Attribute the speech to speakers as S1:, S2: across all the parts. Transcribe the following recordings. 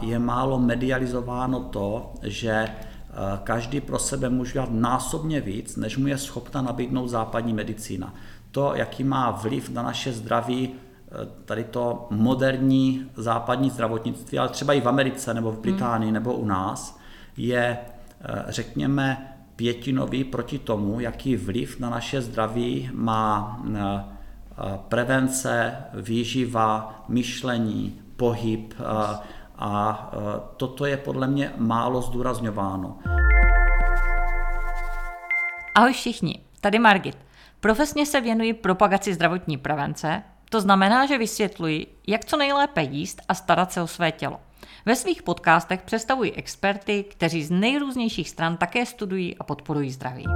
S1: je málo medializováno to, že každý pro sebe může dělat násobně víc, než mu je schopna nabídnout západní medicína. To, jaký má vliv na naše zdraví tady to moderní západní zdravotnictví, ale třeba i v Americe nebo v Británii nebo u nás, je, řekněme, pětinový proti tomu, jaký vliv na naše zdraví má prevence, výživa, myšlení, pohyb a toto je podle mě málo zdůrazňováno.
S2: Ahoj všichni, tady Margit. Profesně se věnuji propagaci zdravotní prevence, to znamená, že vysvětluji, jak co nejlépe jíst a starat se o své tělo. Ve svých podcastech představuji experty, kteří z nejrůznějších stran také studují a podporují zdraví.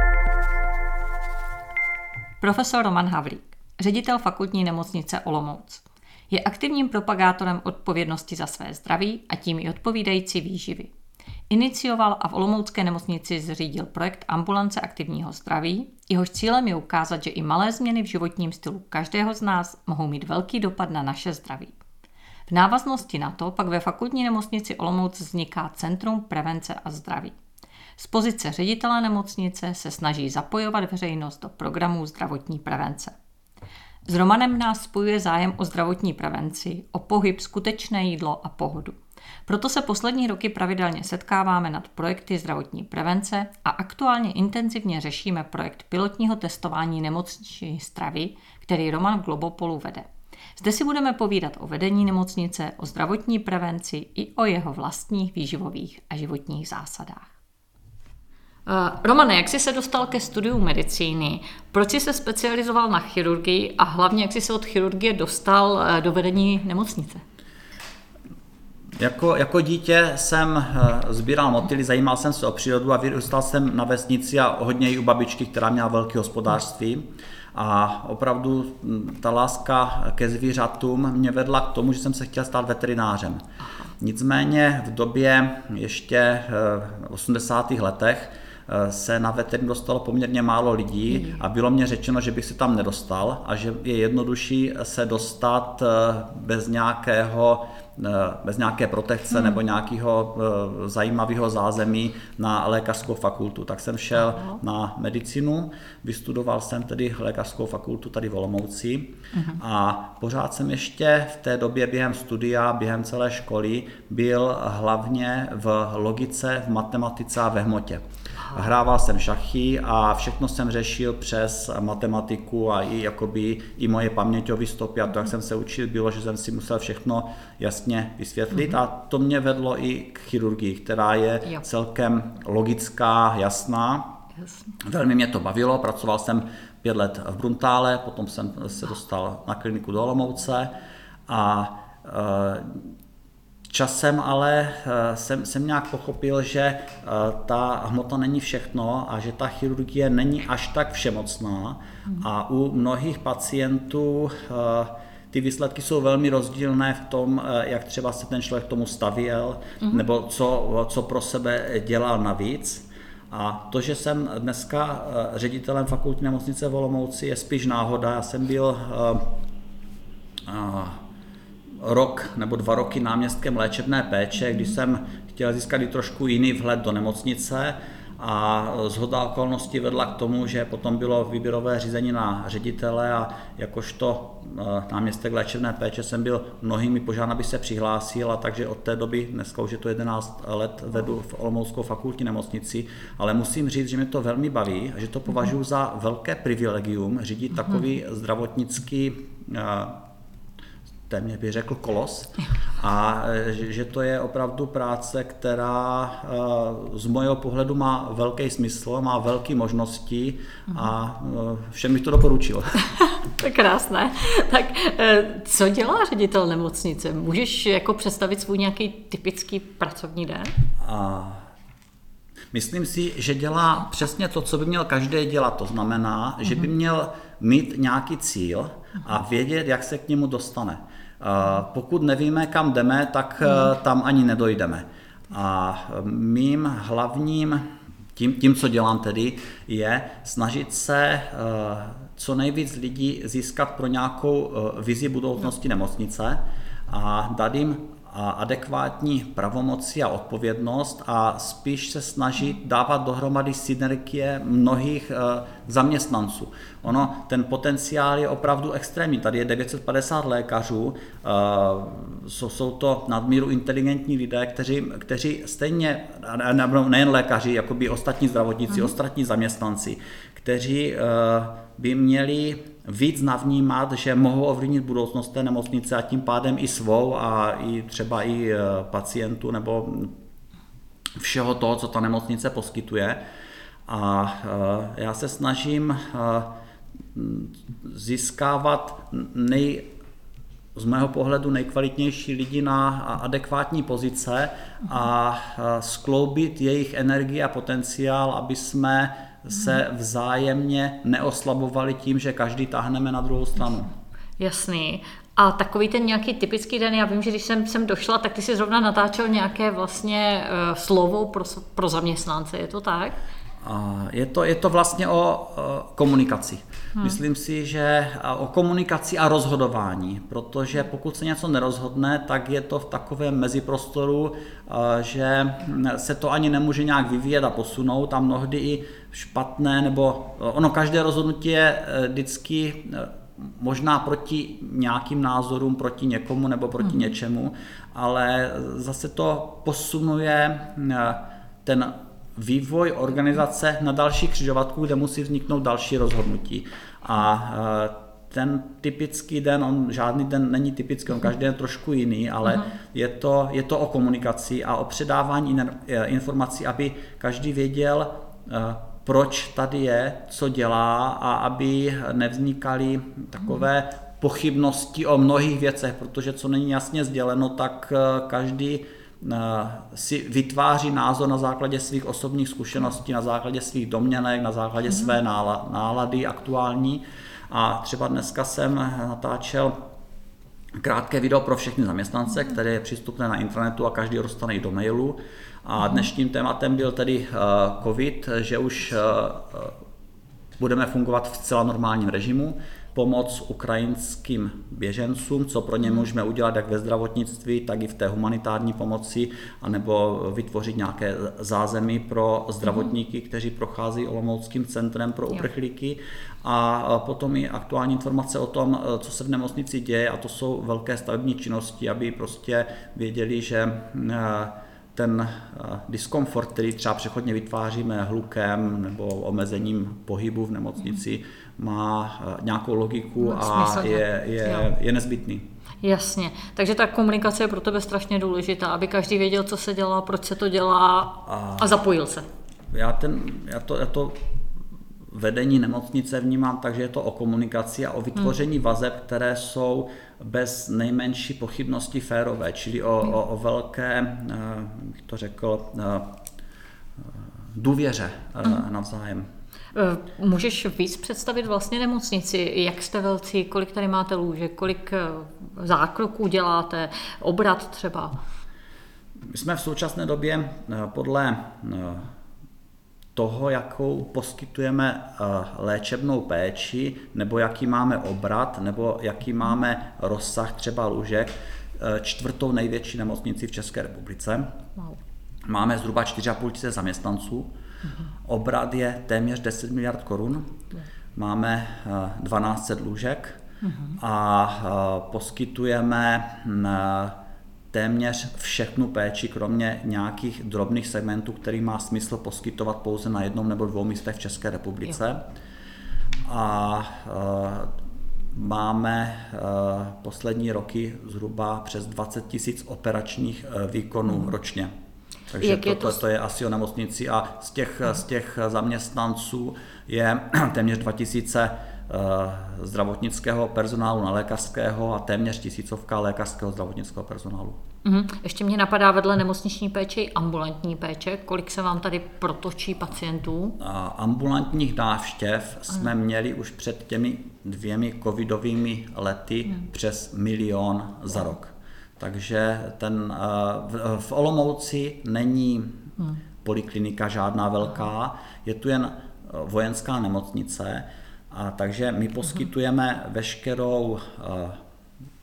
S2: Profesor Roman Havlík, ředitel Fakultní nemocnice Olomouc. Je aktivním propagátorem odpovědnosti za své zdraví a tím i odpovídající výživy. Inicioval a v Olomoucké nemocnici zřídil projekt Ambulance aktivního zdraví, jehož cílem je ukázat, že i malé změny v životním stylu každého z nás mohou mít velký dopad na naše zdraví. V návaznosti na to pak ve Fakultní nemocnici Olomouc vzniká Centrum prevence a zdraví. Z pozice ředitele nemocnice se snaží zapojovat veřejnost do programů zdravotní prevence. S Romanem nás spojuje zájem o zdravotní prevenci, o pohyb, skutečné jídlo a pohodu. Proto se poslední roky pravidelně setkáváme nad projekty zdravotní prevence a aktuálně intenzivně řešíme projekt pilotního testování nemocniční stravy, který Roman v Globopolu vede. Zde si budeme povídat o vedení nemocnice, o zdravotní prevenci i o jeho vlastních výživových a životních zásadách. Romane, jak jsi se dostal ke studiu medicíny? Proč jsi se specializoval na chirurgii a hlavně jak jsi se od chirurgie dostal do vedení nemocnice?
S1: Jako dítě jsem sbíral motýly, zajímal jsem se o přírodu a vyrůstal jsem na vesnici a hodně i u babičky, která měla velké hospodářství. A opravdu ta láska ke zvířatům mě vedla k tomu, že jsem se chtěl stát veterinářem. Nicméně v době ještě v 80. letech se na veterinu dostalo poměrně málo lidí a bylo mně řečeno, že bych se tam nedostal a že je jednodušší se dostat bez nějaké protekce nebo nějakého zajímavého zázemí na lékařskou fakultu. Tak jsem šel na medicínu, vystudoval jsem tedy lékařskou fakultu tady v Olomouci a pořád jsem ještě v té době během studia, během celé školy byl hlavně v logice, v matematice a ve hmotě. Hrával jsem šachy a všechno jsem řešil přes matematiku a i moje paměťové stopy a to, jak jsem se učil, bylo, že jsem si musel všechno jasně vysvětlit a to mě vedlo i k chirurgii, která je celkem logická, jasná. Velmi mě to bavilo, pracoval jsem 5 let v Bruntále, potom jsem se dostal na kliniku do Olomouce a časem ale jsem nějak pochopil, že ta hmota není všechno a že ta chirurgie není až tak všemocná a u mnohých pacientů ty výsledky jsou velmi rozdílné v tom, jak třeba se ten člověk tomu stavěl nebo co pro sebe dělal navíc. A to, že jsem dneska ředitelem fakultní nemocnice v Olomouci, je spíš náhoda. Já jsem byl rok nebo 2 roky náměstkem léčebné péče, když jsem chtěl získat i trošku jiný vhled do nemocnice a shoda okolností vedla k tomu, že potom bylo výběrové řízení na ředitele a jakožto náměstek léčebné péče jsem byl mnohými požádán, aby se přihlásil a takže od té doby, dneska už je to 11 let, vedu v Olomouckou fakultní nemocnici, ale musím říct, že mě to velmi baví a že to považuji za velké privilegium řídit takový zdravotnický téměř bych řekl kolos a že to je opravdu práce, která z mého pohledu má velký smysl, má velké možnosti a všem bych to doporučil.
S2: To je krásné. Tak co dělá ředitel nemocnice? Můžeš jako představit svůj nějaký typický pracovní den?
S1: Myslím si, že dělá přesně to, co by měl každý dělat. To znamená, že by měl mít nějaký cíl a vědět, jak se k němu dostane. Pokud nevíme, kam jdeme, tak tam ani nedojdeme. A mým hlavním, tím, co dělám tedy, je snažit se co nejvíc lidí získat pro nějakou vizi budoucnosti nemocnice a dát jim a adekvátní pravomoci a odpovědnost a spíš se snažit dávat dohromady synergie mnohých zaměstnanců. Ten potenciál je opravdu extrémní. Tady je 950 lékařů, jsou to nadmíru inteligentní lidé, kteří stejně, nejen lékaři, jakoby ostatní zdravotníci, ostatní zaměstnanci, kteří by měli víc navnímat, že mohou ovlivnit budoucnost té nemocnice a tím pádem i svou a i třeba i pacientů nebo všeho toho, co ta nemocnice poskytuje. A já se snažím získávat z mého pohledu nejkvalitnější lidi na adekvátní pozice a skloubit jejich energii a potenciál, aby jsme se vzájemně neoslabovali tím, že každý táhneme na druhou stranu.
S2: Jasný. A takový ten nějaký typický den, já vím, že když jsem sem došla, tak ty si zrovna natáčel nějaké vlastně slovo pro zaměstnance, je to tak?
S1: Je to vlastně o komunikaci. Myslím si, že o komunikaci a rozhodování, protože pokud se něco nerozhodne, tak je to v takovém meziprostoru, že se to ani nemůže nějak vyvíjet a posunout a mnohdy i špatné, nebo každé rozhodnutí je vždycky možná proti nějakým názorům, proti někomu nebo proti něčemu, ale zase to posunuje ten vývoj organizace na další křižovatku, kde musí vzniknout další rozhodnutí. A ten typický den, žádný den není typický, on každý den je trošku jiný, ale je to o komunikaci a o předávání informací, aby každý věděl, proč tady je, co dělá a aby nevznikaly takové pochybnosti o mnohých věcech, protože co není jasně sděleno, tak každý si vytváří názor na základě svých osobních zkušeností, na základě svých domněnek, na základě své nálady aktuální. A třeba dneska jsem natáčel krátké video pro všechny zaměstnance, které je přístupné na intranetu a každý dostane i do mailu. A dnešním tématem byl tedy COVID, že už budeme fungovat v zcela normálním režimu. Pomoc ukrajinským běžencům, co pro ně můžeme udělat jak ve zdravotnictví, tak i v té humanitární pomoci, anebo vytvořit nějaké zázemí pro zdravotníky, kteří procházejí olomouckým centrem pro uprchlíky. A potom i aktuální informace o tom, co se v nemocnici děje, a to jsou velké stavební činnosti, aby prostě věděli, že ten diskomfort, který třeba přechodně vytváříme hlukem nebo omezením pohybu v nemocnici, má nějakou logiku a je nezbytný.
S2: Jasně, takže ta komunikace je pro tebe strašně důležitá, aby každý věděl, co se dělá, proč se to dělá a zapojil se.
S1: Já to vedení nemocnice vnímám tak, že je to o komunikaci a o vytvoření vazeb, které jsou bez nejmenší pochybnosti férové, čili o velké, jak to řekl, důvěře navzájem.
S2: Můžeš víc představit vlastně nemocnici, jak jste velcí, kolik tady máte lůžek, kolik zákroků děláte, obrat třeba?
S1: My jsme v současné době podle toho, jakou poskytujeme léčebnou péči, nebo jaký máme obrat, nebo jaký máme rozsah třeba lůžek, čtvrtou největší nemocnici v České republice.
S2: Wow.
S1: Máme zhruba 4,5 tisíce zaměstnanců. Obrat je téměř 10 miliard korun. Máme 1200 lůžek a poskytujeme téměř všechnu péči, kromě nějakých drobných segmentů, který má smysl poskytovat pouze na jednom nebo dvou místech v České republice. A máme poslední roky zhruba přes 20 000 operačních výkonů ročně. Takže to je asi o nemocnici a z těch zaměstnanců je téměř 2000 zdravotnického personálu na lékařského a téměř 1000 lékařského zdravotnického personálu.
S2: Ještě mě napadá vedle nemocniční péče i ambulantní péče. Kolik se vám tady protočí pacientů?
S1: Ambulantních návštěv jsme měli už před těmi 2 covidovými lety přes 1 000 000 za rok. Takže v Olomouci není poliklinika žádná velká, je tu jen vojenská nemocnice, a takže my poskytujeme veškerou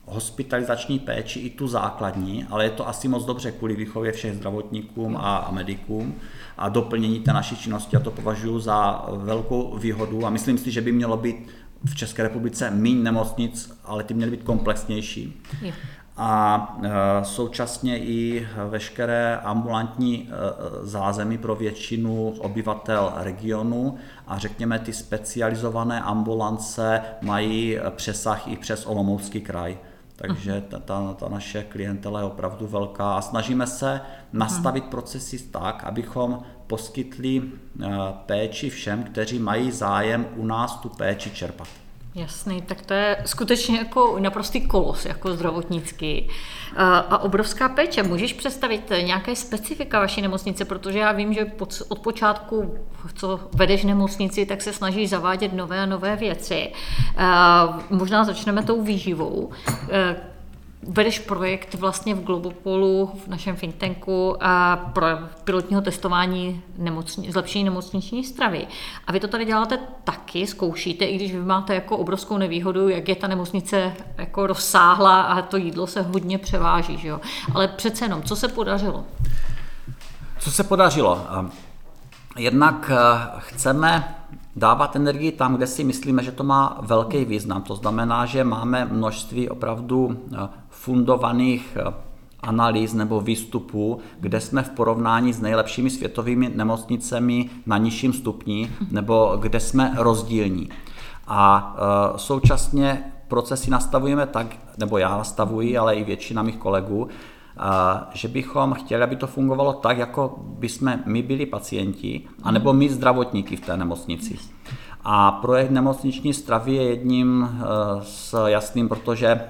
S1: hospitalizační péči i tu základní, ale je to asi moc dobře kvůli výchově všech zdravotníkům a medikům a doplnění té naší činnosti. Já to považuji za velkou výhodu a myslím si, že by mělo být v České republice méně nemocnic, ale ty měly být komplexnější. A současně i veškeré ambulantní zázemí pro většinu obyvatel regionu a řekněme ty specializované ambulance mají přesah i přes Olomoucký kraj. Takže ta naše klientela je opravdu velká a snažíme se nastavit procesy tak, abychom poskytli péči všem, kteří mají zájem u nás tu péči čerpat.
S2: Jasný, tak to je skutečně jako naprostý kolos, jako zdravotnický. A obrovská péče. Můžeš představit nějaké specifika vaší nemocnice, protože já vím, že od počátku, co vedeš nemocnici, tak se snažíš zavádět nové a nové věci. Možná začneme tou výživou. Vedeš projekt vlastně v Globopolu, v našem think tanku, pro pilotního testování zlepšení nemocniční stravy. A vy to tady děláte taky, zkoušíte, i když vy máte jako obrovskou nevýhodu, jak je ta nemocnice jako rozsáhlá a to jídlo se hodně převáží, že jo? Ale přece jenom, co se podařilo?
S1: Co se podařilo? Jednak chceme dávat energii tam, kde si myslíme, že to má velký význam. To znamená, že máme množství opravdu fundovaných analýz nebo výstupů, kde jsme v porovnání s nejlepšími světovými nemocnicemi na nižším stupni, nebo kde jsme rozdílní. A současně procesy nastavujeme tak, nebo já nastavuji, ale i většina mých kolegů, že bychom chtěli, aby to fungovalo tak, jako bychom my byli pacienti, anebo my zdravotníky v té nemocnici. A projekt nemocniční stravy je jedním z jasným, protože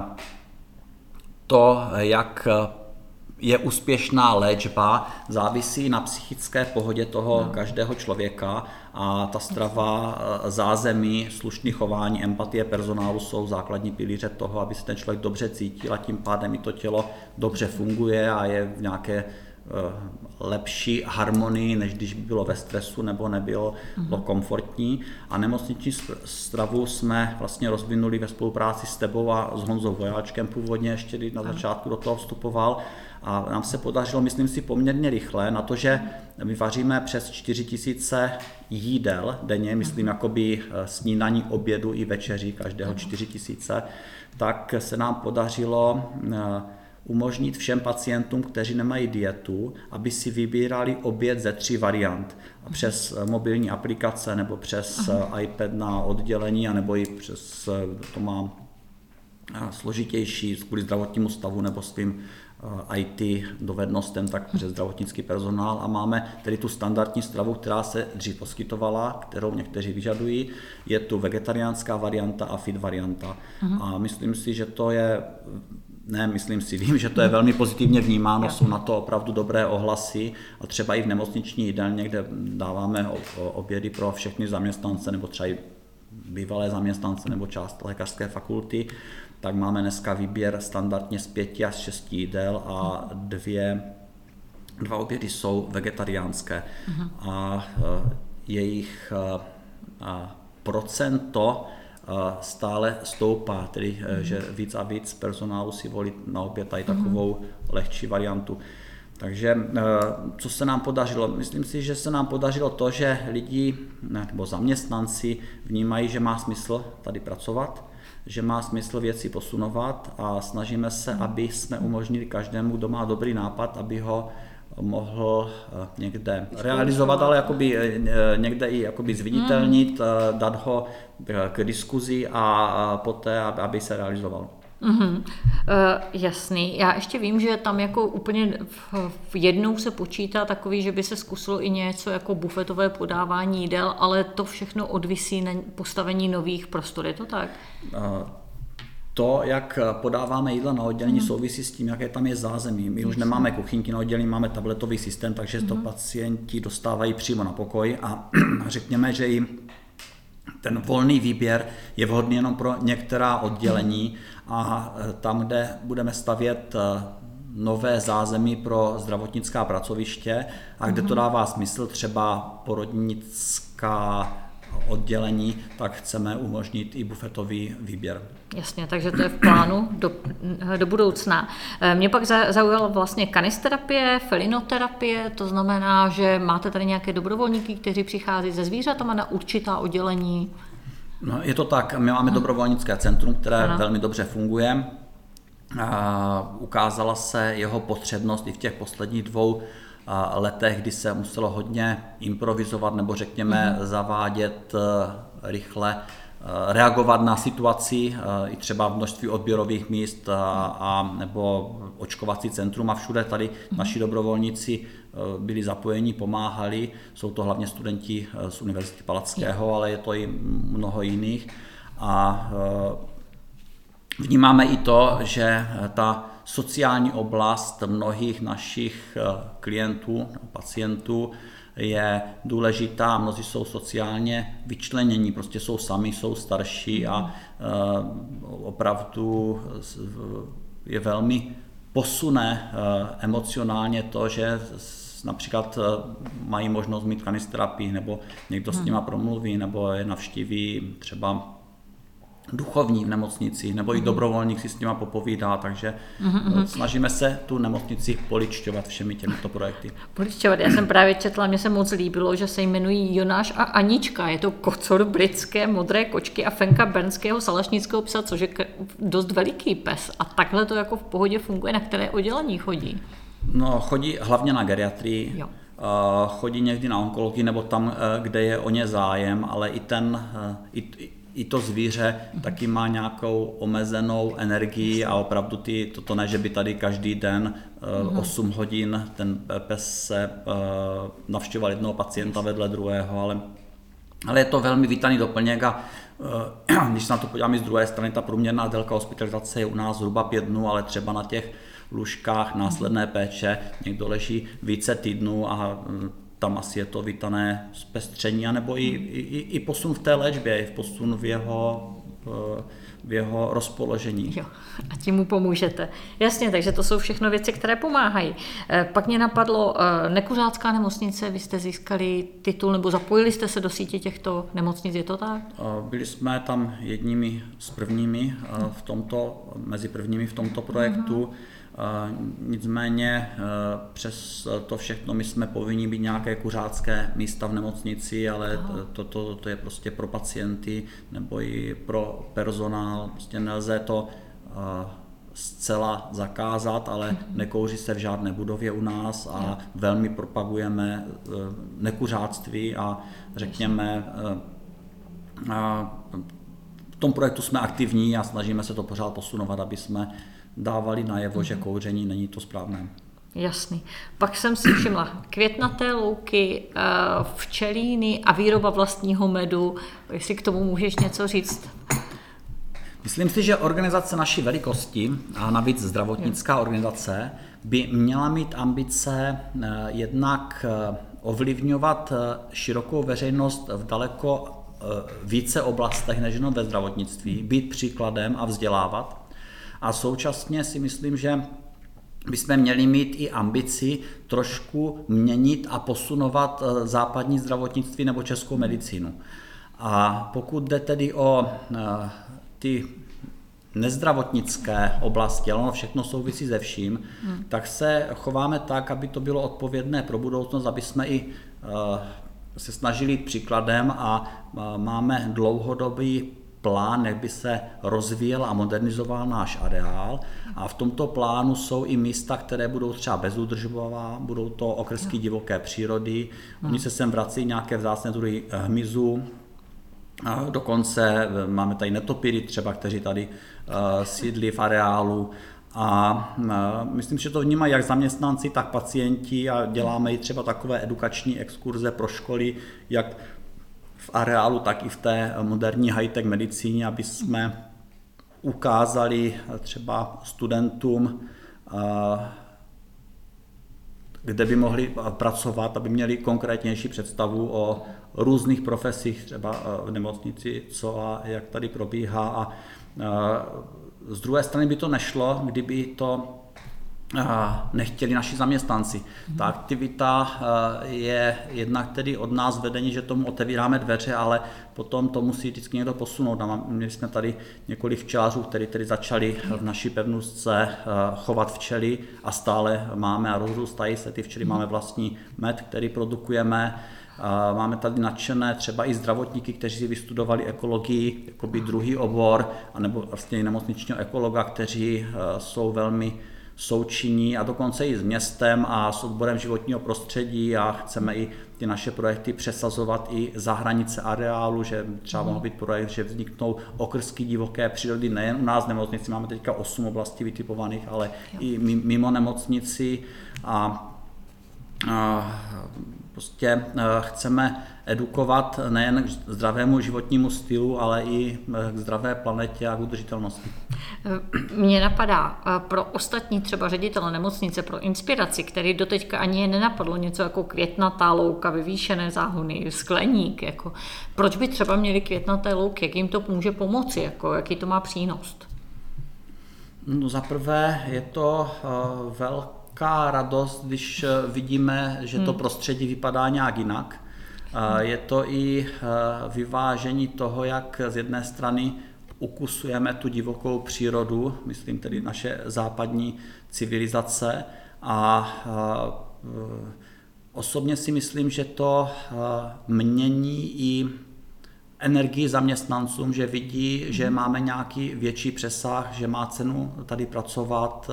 S1: to, jak je úspěšná léčba, závisí na psychické pohodě toho každého člověka a ta strava, zázemí, slušné chování, empatie personálu jsou základní pilíře toho, aby se ten člověk dobře cítil a tím pádem i to tělo dobře funguje a je v nějaké lepší harmonii, než když by bylo ve stresu nebo nebylo komfortní. A nemocniční stravu jsme vlastně rozvinuli ve spolupráci s tebou a s Honzou Vojáčkem původně, ještě když na začátku do toho vstupoval. A nám se podařilo, myslím si, poměrně rychle na to, že my vaříme přes 4000 jídel denně, myslím jakoby snídaní, obědu i večeří, každého 4000, tak se nám podařilo umožnit všem pacientům, kteří nemají dietu, aby si vybírali oběd ze 3 variant. Přes mobilní aplikace nebo přes iPad na oddělení, anebo i přes, to má složitější kvůli zdravotnímu stavu nebo svým IT dovednostem, tak přes zdravotnický personál a máme tedy tu standardní stravu, která se dřív poskytovala, kterou někteří vyžadují. Je tu vegetariánská varianta a fit varianta. A myslím si, že to je vím, že to je velmi pozitivně vnímáno, jsou na to opravdu dobré ohlasy a třeba i v nemocniční jídelně, kde dáváme obědy pro všechny zaměstnance nebo třeba i bývalé zaměstnance nebo část lékařské fakulty, tak máme dneska výběr standardně z 5 až 6 jídel a 2 obědy jsou vegetariánské. A jejich procento stále stoupá, tedy že víc a víc personálu si volí na oběd i takovou lehčí variantu. Takže co se nám podařilo? Myslím si, že se nám podařilo to, že lidi nebo zaměstnanci vnímají, že má smysl tady pracovat, že má smysl věci posunovat a snažíme se, aby jsme umožnili každému, kdo má dobrý nápad, aby ho mohl někde realizovat, ale jakoby někde i jakoby zviditelnit, dát ho k diskuzi a poté, aby se realizoval.
S2: Jasný. Já ještě vím, že tam jako úplně v jednou se počítá takový, že by se zkusilo i něco jako bufetové podávání jídel, ale to všechno odvisí na postavení nových prostor. Je to tak?
S1: To, jak podáváme jídla na oddělení, souvisí s tím, jaké tam je zázemí. My už nemáme kuchyňky na oddělení, máme tabletový systém, takže to pacienti dostávají přímo na pokoj a řekněme, že i ten volný výběr je vhodný jenom pro některá oddělení a tam, kde budeme stavět nové zázemí pro zdravotnická pracoviště a kde to dává smysl, třeba porodnická oddělení, tak chceme umožnit i bufetový výběr.
S2: Jasně, takže to je v plánu do budoucna. Mě pak zaujala vlastně kanisterapie, felinoterapie, to znamená, že máte tady nějaké dobrovolníky, kteří přichází se zvířatama na určitá oddělení.
S1: No, je to tak, my máme dobrovolnické centrum, které velmi dobře funguje. Ukázala se jeho potřebnost i v těch posledních 2 letech, kdy se muselo hodně improvizovat nebo řekněme zavádět rychle, reagovat na situaci, i třeba v množství odběrových míst nebo očkovací centrum a všude tady naši dobrovolníci byli zapojeni, pomáhali. Jsou to hlavně studenti z Univerzity Palackého, ale je to i mnoho jiných. A vnímáme i to, že ta sociální oblast mnohých našich klientů, pacientů je důležitá, mnozí jsou sociálně vyčlenění, prostě jsou sami, jsou starší a opravdu je velmi posuné emocionálně to, že například mají možnost mít kanisterapii, nebo někdo s nima promluví, nebo je navštíví třeba duchovní v nemocnici, nebo i dobrovolník si s nima popovídá, takže snažíme se tu nemocnici poličťovat všemi těmito projekty.
S2: Poličťovat, já jsem právě četla, mně se moc líbilo, že se jmenují Jonáš a Anička, je to kocor britské modré kočky a Fenka bernského salašnického psa, což je dost veliký pes a takhle to jako v pohodě funguje, na které oddělení chodí?
S1: No, chodí hlavně na geriatrii,
S2: jo.
S1: Chodí někdy na onkologii nebo tam, kde je o ně zájem, ale i to zvíře taky má nějakou omezenou energii a opravdu to ne, že by tady každý den 8 hodin ten pes se navštěvoval jednoho pacienta vedle druhého, ale je to velmi vítaný doplněk a když se na to podíváme z druhé strany, ta průměrná délka hospitalizace je u nás zhruba 5 dnů, ale třeba na těch lůžkách následné péče někdo leží více týdnů a tam asi je to vítané zpestření, anebo i posun v té léčbě, i posun v jeho rozpoložení.
S2: Jo, a tím mu pomůžete. Jasně, takže to jsou všechno věci, které pomáhají. Pak mě napadlo, nekuřácká nemocnice, vy jste získali titul, nebo zapojili jste se do sítě těchto nemocnic, je to tak? Byli
S1: jsme tam jedními z prvními mezi prvními v tomto projektu. Nicméně přes to všechno my jsme povinni být nějaké kuřácké místa v nemocnici, ale to je prostě pro pacienty nebo i pro personál. Prostě nelze to zcela zakázat, ale nekouří se v žádné budově u nás a velmi propagujeme nekuřáctví a řekněme v tom projektu jsme aktivní a snažíme se to pořád posunovat, aby jsme dávali najevo, že kouření není to správné.
S2: Jasný. Pak jsem si všimla květnaté louky, včelíny a výroba vlastního medu. Jestli k tomu můžeš něco říct?
S1: Myslím si, že organizace naší velikosti a navíc zdravotnická organizace by měla mít ambice jednak ovlivňovat širokou veřejnost v daleko více oblastech než jenom ve zdravotnictví, být příkladem a vzdělávat. A současně si myslím, že bychom měli mít i ambici trošku měnit a posunovat západní zdravotnictví nebo českou medicínu. A pokud jde tedy o ty nezdravotnické oblasti, ale ono všechno souvisí se vším, tak se chováme tak, aby to bylo odpovědné pro budoucnost, aby jsme i se snažili jít příkladem a máme dlouhodobý plán, jak by se rozvíjel a modernizoval náš areál. A v tomto plánu jsou i místa, které budou třeba bezúdržbová, budou to okrsky divoké přírody. Oni se sem vrací nějaké vzácné druhy hmyzu. Dokonce máme tady netopíry třeba, kteří tady sídlí v areálu. A myslím, že to vnímají jak zaměstnanci, tak pacienti a děláme i třeba takové edukační exkurze pro školy, jak v areálu, tak i v té moderní high-tech medicíně, aby jsme ukázali třeba studentům, kde by mohli pracovat, aby měli konkrétnější představu o různých profesích třeba v nemocnici, co a jak tady probíhá. A z druhé strany by to nešlo, kdyby to nechtěli naši zaměstnanci. Ta aktivita je jednak tedy od nás vedení, že tomu otevíráme dveře, ale potom to musí vždycky někdo posunout. Měli jsme tady několik včelařů, kteří tedy začali v naší pevnostce chovat včely a stále máme a rozrůstají se ty včely. Máme vlastní med, který produkujeme. Máme tady nadšené třeba i zdravotníky, kteří si vystudovali ekologii, jakoby druhý obor, anebo vlastně i nemocničního ekologa, kteří jsou velmi součinní a dokonce i s městem a s odborem životního prostředí a chceme i ty naše projekty přesazovat i za hranice areálu, že třeba mohl být projekt, že vzniknou okrsky divoké přírody nejen u nás v nemocnici, máme teďka 8 oblastí vytipovaných, ale i mimo nemocnici a prostě chceme edukovat nejen k zdravému životnímu stylu, ale i k zdravé planetě a k udržitelnosti.
S2: Mně napadá pro ostatní třeba ředitele nemocnice, pro inspiraci, který doteďka ani je nenapadlo něco jako květnatá louka, vyvýšené záhony, skleník. Jako, proč by třeba měli květnaté louky? Jak jim to může pomoci? Jako, jaký to má přínos?
S1: No, za prvé je to velká radost, když vidíme, že to prostředí vypadá nějak jinak. Je to i vyvážení toho, jak z jedné strany ukusujeme tu divokou přírodu, myslím tedy naše západní civilizace a osobně si myslím, že to mění i energii zaměstnancům, že vidí, že máme nějaký větší přesah, že má cenu tady pracovat.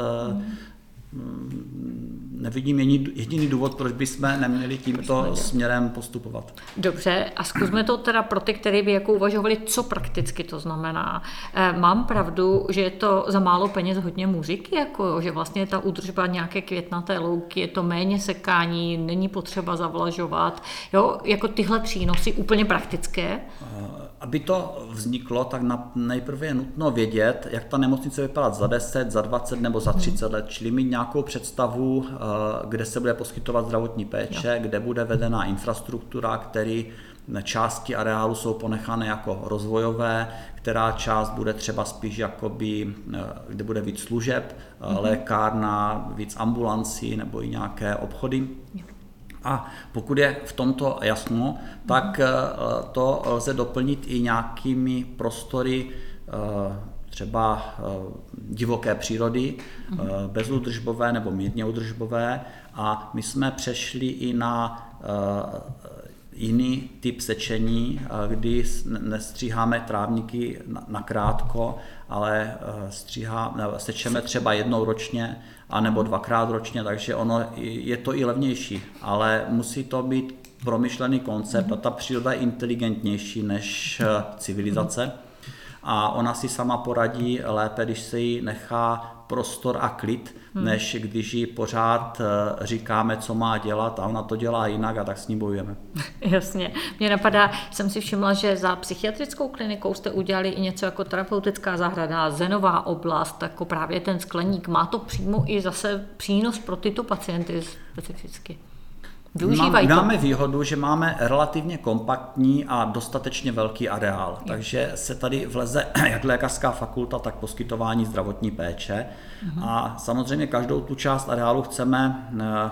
S1: Nevidím jediný důvod, proč bychom neměli tímto směrem postupovat.
S2: Dobře, a zkusme to teda pro ty, kteří by jako uvažovali, co prakticky to znamená. Mám pravdu, že je to za málo peněz hodně muziky, jako, že vlastně ta údržba nějaké květnaté louky, je to méně sekání, není potřeba zavlažovat, jo, jako tyhle přínosy úplně praktické?
S1: Aby to vzniklo, tak nejprve je nutno vědět, jak ta nemocnice vypadat za 10, za 20 nebo za 30 let, čili mít nějakou představu, kde se bude poskytovat zdravotní péče, kde bude vedená infrastruktura, které části areálu jsou ponechané jako rozvojové, která část bude třeba spíš jakoby, kde bude víc služeb, lékárna, víc ambulancí nebo i nějaké obchody. A pokud je v tomto jasno, tak to lze doplnit i nějakými prostory třeba divoké přírody, bezúdržbové nebo mírně údržbové. A my jsme přešli i na jiný typ sečení, kdy nestříháme trávníky nakrátko, ale sečeme třeba jednou ročně anebo 2krát ročně, takže ono je to i levnější, ale musí to být promyšlený koncept a ta příroda je inteligentnější než civilizace a ona si sama poradí lépe, když se jí nechá prostor a klid, než když jí pořád říkáme, co má dělat a ona to dělá jinak a tak s ní bojujeme.
S2: Jasně. Mě napadá, jsem si všimla, že za psychiatrickou klinikou jste udělali i něco jako terapeutická zahrada, zenová oblast, jako právě ten skleník. Má to přímo i zase přínos pro tyto pacienty specificky?
S1: Máme výhodu, že máme relativně kompaktní a dostatečně velký areál, takže se tady vleze jak lékařská fakulta, tak poskytování zdravotní péče a samozřejmě každou tu část areálu chceme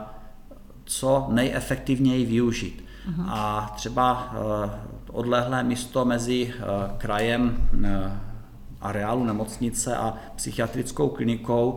S1: co nejefektivněji využít. A třeba odlehlé místo mezi krajem areálu nemocnice a psychiatrickou klinikou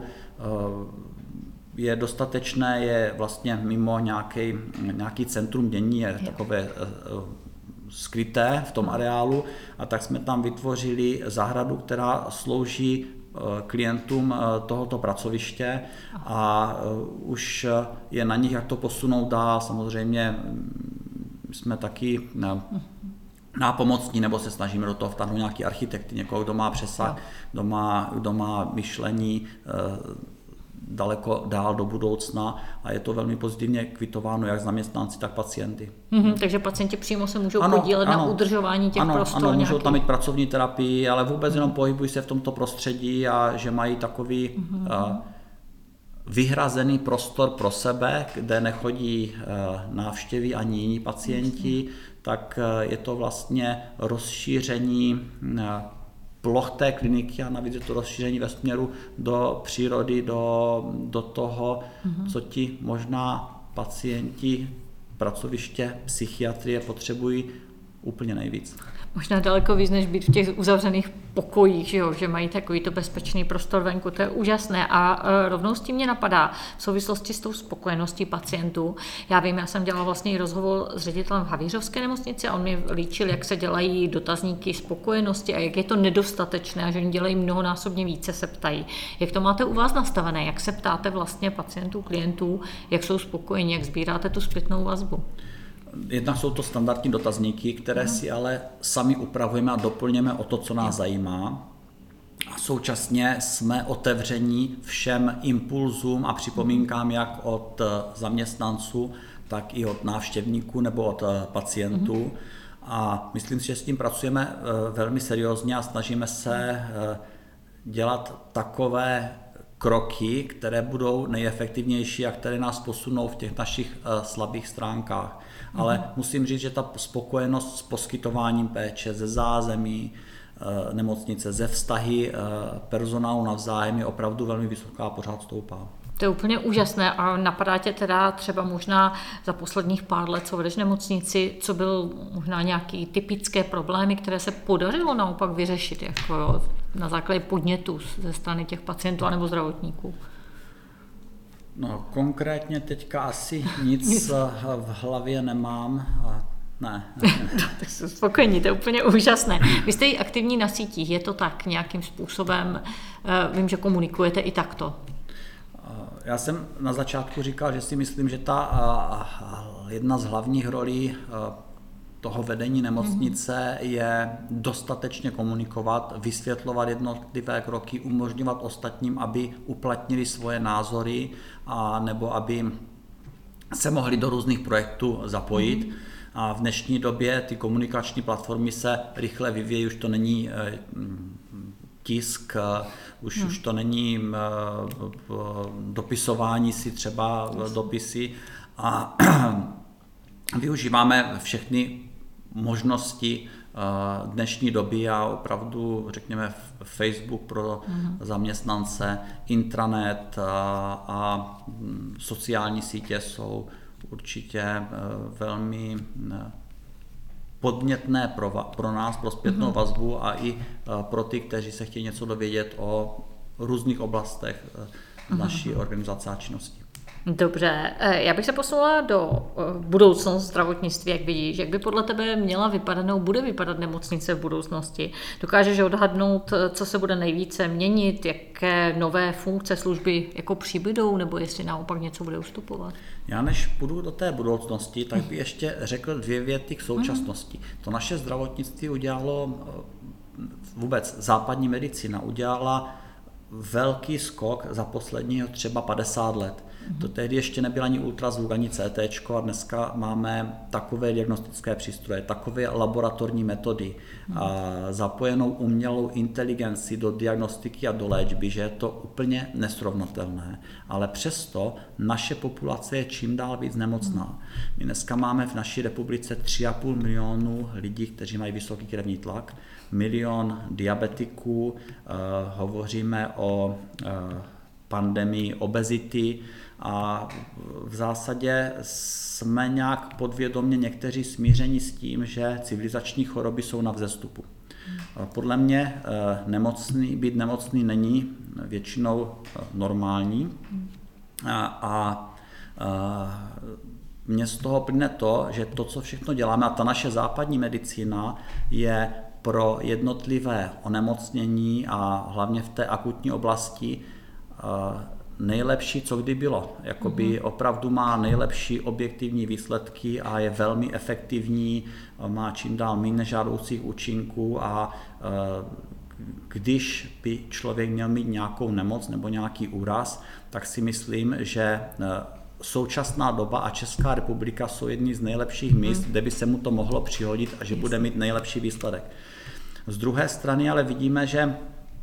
S1: je dostatečné, je vlastně mimo nějaký centrum dění, je takové skryté v tom areálu a tak jsme tam vytvořili zahradu, která slouží klientům tohoto pracoviště a už je na nich, jak to posunout dál. Samozřejmě jsme taky nápomocní, nebo se snažíme do toho vtáhnout nějaký architekty, někoho, kdo má přesah, kdo má myšlení daleko dál do budoucna a je to velmi pozitivně kvitováno jak zaměstnanci, tak pacienty.
S2: Takže pacienti přímo se můžou podílet na udržování těch prostor.
S1: Ano, můžou tam mít pracovní terapii, ale vůbec jenom pohybují se v tomto prostředí a že mají takový vyhrazený prostor pro sebe, kde nechodí návštěvy ani jiní pacienti, tak je to vlastně rozšíření ploch té kliniky a navíc je to rozšíření ve směru do přírody, do toho, co ti možná pacienti pracoviště psychiatrie potřebují úplně nejvíc.
S2: Možná daleko víc, než být v těch uzavřených pokojích, že mají takovýto bezpečný prostor venku, to je úžasné. A rovnou s tím mě napadá v souvislosti s tou spokojeností pacientů. Já vím, já jsem dělala vlastně i rozhovor s ředitelem v Havířovské nemocnici a on mi líčil, jak se dělají dotazníky spokojenosti a jak je to nedostatečné a že oni dělají mnohonásobně více, se ptají. Jak to máte u vás nastavené? Jak se ptáte vlastně pacientů, klientů, jak jsou spokojení, jak sbíráte tu zpětnou vazbu?
S1: Jednak jsou to standardní dotazníky, které si ale sami upravujeme a doplňujeme o to, co nás zajímá. A současně jsme otevření všem impulzům a připomínkám jak od zaměstnanců, tak i od návštěvníků nebo od pacientů. A myslím si, že s tím pracujeme velmi seriózně a snažíme se dělat takové kroky, které budou nejefektivnější a které nás posunou v těch našich slabých stránkách. Ale musím říct, že ta spokojenost s poskytováním péče ze zázemí nemocnice, ze vztahy personálu navzájem je opravdu velmi vysoká a pořád stoupá.
S2: To je úplně úžasné a napadá tě teda třeba možná za posledních pár let, co vedeš nemocnici, co byl možná nějaký typické problémy, které se podařilo naopak vyřešit jako na základě podnětů ze strany těch pacientů anebo zdravotníků?
S1: No, konkrétně teďka asi nic v hlavě nemám. Ne.
S2: Tak jsem spokojení, to je úplně úžasné. Vy jste i aktivní na sítích, je to tak nějakým způsobem, vím, že komunikujete i takto.
S1: Já jsem na začátku říkal, že si myslím, že ta jedna z hlavních rolí toho vedení nemocnice je dostatečně komunikovat, vysvětlovat jednotlivé kroky, umožňovat ostatním, aby uplatnili svoje názory a nebo aby se mohli do různých projektů zapojit. A v dnešní době ty komunikační platformy se rychle vyvíjejí, už to není tisk, už to není dopisování si třeba dopisy a využíváme všechny možnosti dnešní doby a opravdu, řekněme, Facebook pro zaměstnance, intranet a sociální sítě jsou určitě velmi podnětné pro nás, pro zpětnou vazbu a i pro ty, kteří se chtějí něco dovědět o různých oblastech naší organizace a činnosti.
S2: Dobře, já bych se posunula do budoucnosti zdravotnictví, jak vidíš. Jak by podle tebe měla vypadat nebo bude vypadat nemocnice v budoucnosti? Dokážeš odhadnout, co se bude nejvíce měnit, jaké nové funkce, služby jako přibydou, nebo jestli naopak něco bude ustupovat?
S1: Já než půjdu do té budoucnosti, tak bych ještě řekl 2 věty k současnosti. To naše zdravotnictví udělalo, vůbec západní medicína udělala velký skok za posledního třeba 50 let. To tehdy ještě nebyl ani ultrazvuk, ani CT a dneska máme takové diagnostické přístroje, takové laboratorní metody, zapojenou umělou inteligenci do diagnostiky a do léčby, že je to úplně nesrovnatelné. Ale přesto naše populace je čím dál víc nemocná. My dneska máme v naší republice 3,5 milionu lidí, kteří mají vysoký krevní tlak, 1 milion diabetiků, hovoříme o pandemii obezity a v zásadě jsme nějak podvědomě někteří smíření s tím, že civilizační choroby jsou na vzestupu. Podle mě být nemocný není většinou normální a mně z toho plyne to, že to, co všechno děláme, a ta naše západní medicína je pro jednotlivé onemocnění a hlavně v té akutní oblasti nejlepší, co kdy bylo. Jakoby opravdu má nejlepší objektivní výsledky a je velmi efektivní, má čím dál méně nežádoucích účinků a když by člověk měl mít nějakou nemoc nebo nějaký úraz, tak si myslím, že současná doba a Česká republika jsou jedny z nejlepších míst, kde by se mu to mohlo přihodit a že bude mít nejlepší výsledek. Z druhé strany ale vidíme, že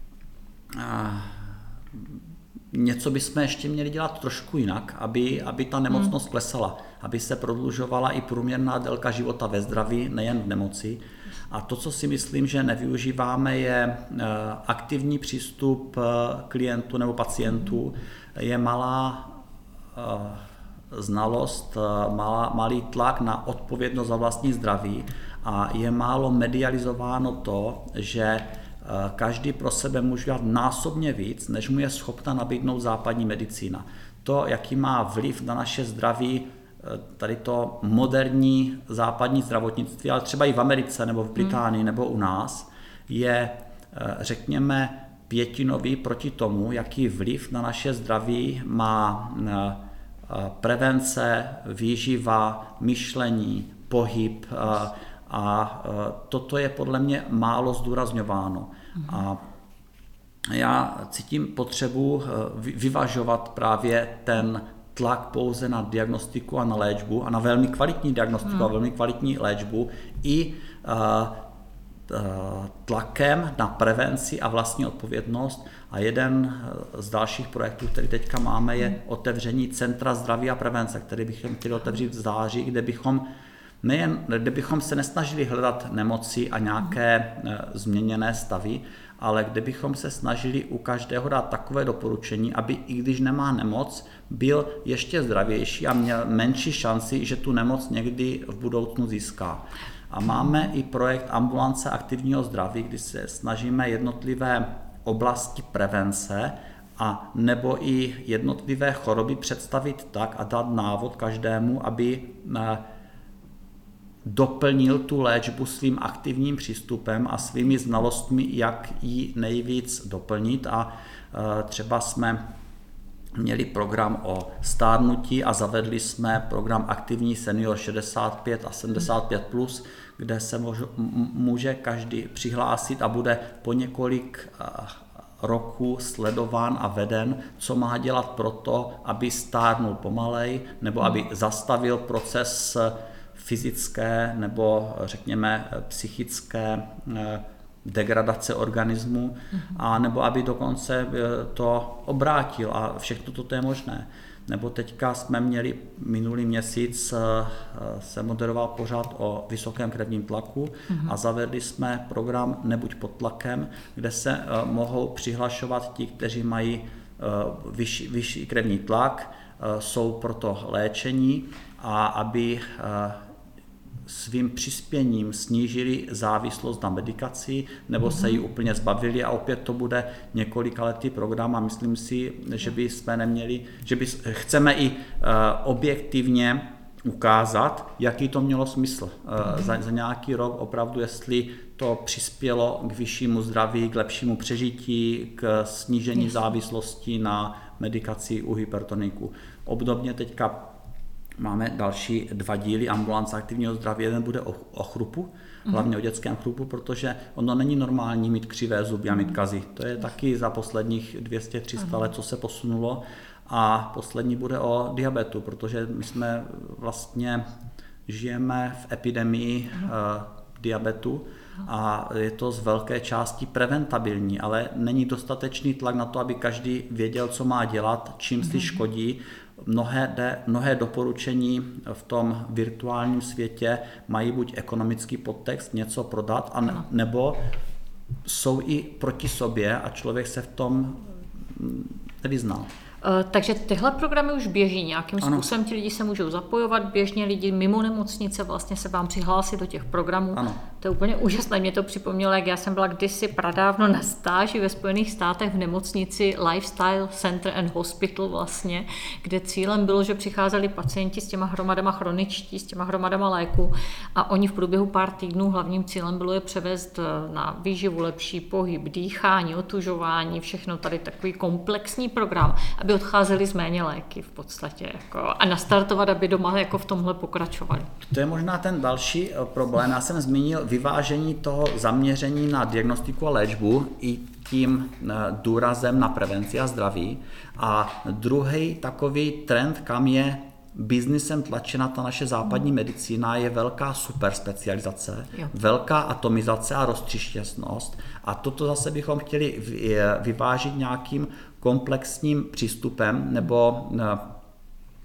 S1: něco bychom ještě měli dělat trošku jinak, aby ta nemocnost klesala, aby se prodlužovala i průměrná délka života ve zdraví, nejen v nemoci. A to, co si myslím, že nevyužíváme, je aktivní přístup klientů nebo pacientů, je malá znalost, malý tlak na odpovědnost za vlastní zdraví a je málo medializováno to, že každý pro sebe může dělat násobně víc, než mu je schopna nabídnout západní medicína. To, jaký má vliv na naše zdraví tady to moderní západní zdravotnictví, ale třeba i v Americe nebo v Británii nebo u nás, je, řekněme, pětinový proti tomu, jaký vliv na naše zdraví má prevence, výživa, myšlení, pohyb a toto je podle mě málo zdůrazňováno. A já cítím potřebu vyvažovat právě ten tlak pouze na diagnostiku a na léčbu a na velmi kvalitní diagnostiku a velmi kvalitní léčbu i tlakem na prevenci a vlastní odpovědnost. A jeden z dalších projektů, který teďka máme, je otevření Centra zdraví a prevence, který bychom chtěli otevřít v září, kde bychom se nesnažili hledat nemoci a nějaké změněné stavy, ale kde bychom se snažili u každého dát takové doporučení, aby i když nemá nemoc, byl ještě zdravější a měl menší šanci, že tu nemoc někdy v budoucnu získá. A máme i projekt Ambulance aktivního zdraví, kdy se snažíme jednotlivé oblasti prevence a nebo i jednotlivé choroby představit tak a dát návod každému, aby doplnil tu léčbu svým aktivním přístupem a svými znalostmi, jak ji nejvíc doplnit. A třeba jsme měli program o stárnutí a zavedli jsme program Aktivní senior 65 a 75+, kde se může každý přihlásit a bude po několik roků sledován a veden, co má dělat pro to, aby stárnul pomalej, nebo aby zastavil proces fyzické nebo řekněme psychické degradace organismu, a nebo aby dokonce to obrátil a všechno toto je možné. Nebo teďka jsme měli minulý měsíc, se moderoval pořád o vysokém krevním tlaku a zavedli jsme program Nebuď pod tlakem, kde se mohou přihlašovat ti, kteří mají vyšší krevní tlak, jsou proto léčení a aby svým přispěním snížili závislost na medikaci nebo se ji úplně zbavili, a opět to bude několikaletý program a myslím si, chceme i objektivně ukázat, jaký to mělo smysl. Za nějaký rok opravdu, jestli to přispělo k vyššímu zdraví, k lepšímu přežití, k snížení závislosti na medikaci u hypertoniku. Obdobně teďka máme další 2 díly Ambulance aktivního zdraví. Jeden bude o chrupu, hlavně o dětském chrupu, protože ono není normální mít křivé zuby a mít kazy. To je taky za posledních 200-300 let, co se posunulo. A poslední bude o diabetu, protože my jsme vlastně žijeme v epidemii diabetu a je to z velké části preventabilní, ale není dostatečný tlak na to, aby každý věděl, co má dělat, čím si škodí. Mnohé doporučení v tom virtuálním světě mají buď ekonomický podtext, něco prodat, nebo jsou i proti sobě a člověk se v tom nevyzná.
S2: Takže tyhle programy už běží nějakým způsobem, ti lidi se můžou zapojovat, běžně lidi mimo nemocnice vlastně se vám přihlásit do těch programů.
S1: Ano.
S2: To je úplně úžasné, mě to připomnělo, jak já jsem byla kdysi pradávno na stáži ve Spojených státech v nemocnici Lifestyle Center and Hospital vlastně, kde cílem bylo, že přicházeli pacienti s těma hromadama chroničtí, s těma hromadama léku a oni v průběhu pár týdnů hlavním cílem bylo je převést na výživu, lepší pohyb, dýchání, otužování, všechno tady takový komplexní program, aby odcházeli z méně léky v podstatě jako, a nastartovat, aby doma jako v tomhle pokračovali.
S1: To je možná ten další problém. Já jsem zmínil vyvážení toho zaměření na diagnostiku a léčbu i tím důrazem na prevenci a zdraví. A druhý takový trend, kam je biznisem tlačena ta naše západní medicína, je velká superspecializace, velká atomizace a roztříštěnost. A toto zase bychom chtěli vyvážit nějakým komplexním přístupem nebo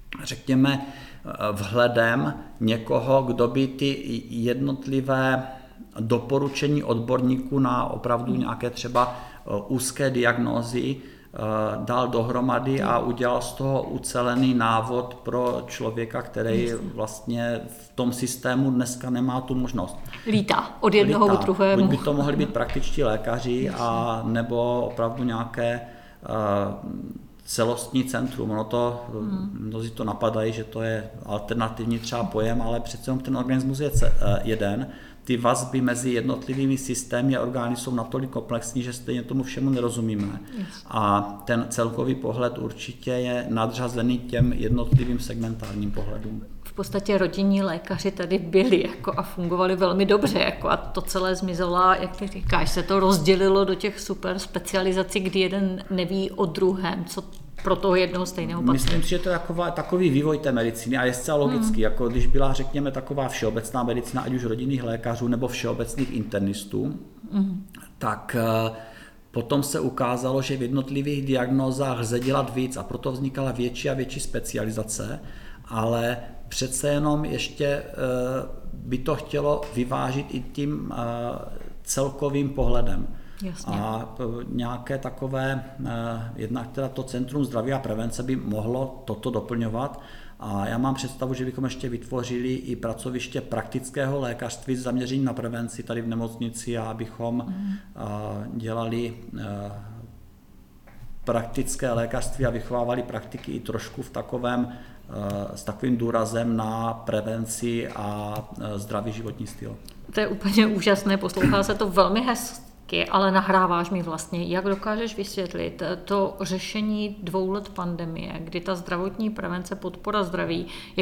S1: řekněme vhledem někoho, kdo by ty jednotlivé doporučení odborníků na opravdu nějaké třeba úzké diagnózy dal dohromady a udělal z toho ucelený návod pro člověka, který vlastně v tom systému dneska nemá tu možnost.
S2: Lítá od jednoho k druhému.
S1: Buď by to mohli být praktičtí lékaři, a nebo opravdu nějaké celostní centrum. Ono to, mnozí to napadají, že to je alternativní třeba pojem, ale přece jenom ten organismus je jeden. Ty vazby mezi jednotlivými systémy a orgány jsou natolik komplexní, že stejně tomu všemu nerozumíme. A ten celkový pohled určitě je nadřazený těm jednotlivým segmentárním pohledům.
S2: V podstatě rodinní lékaři tady byli a fungovali velmi dobře a to celé zmizelo, jak ty říkáš, se to rozdělilo do těch super specializací, kdy jeden neví o druhém, co pro toho jednoho stejného pacienta.
S1: Myslím si, že to je takový vývoj té medicíny a je zcela logický, jako když byla, řekněme, taková všeobecná medicína, ať už rodinných lékařů nebo všeobecných internistů, tak potom se ukázalo, že v jednotlivých diagnózách lze dělat víc a proto vznikala větší a větší specializace, ale přece jenom ještě by to chtělo vyvážit i tím celkovým pohledem.
S2: Jasně.
S1: A nějaké takové, jednak teda to Centrum zdraví a prevence by mohlo toto doplňovat. A já mám představu, že bychom ještě vytvořili i pracoviště praktického lékařství s zaměřením na prevenci tady v nemocnici, a abychom dělali praktické lékařství a vychovávali praktiky i trošku s takovým důrazem na prevenci a zdravý životní styl.
S2: To je úplně úžasné, poslouchá se to velmi hezky, ale nahráváš mi vlastně, jak dokážeš vysvětlit to řešení 2 let pandemie, kdy ta zdravotní prevence, podpora zdraví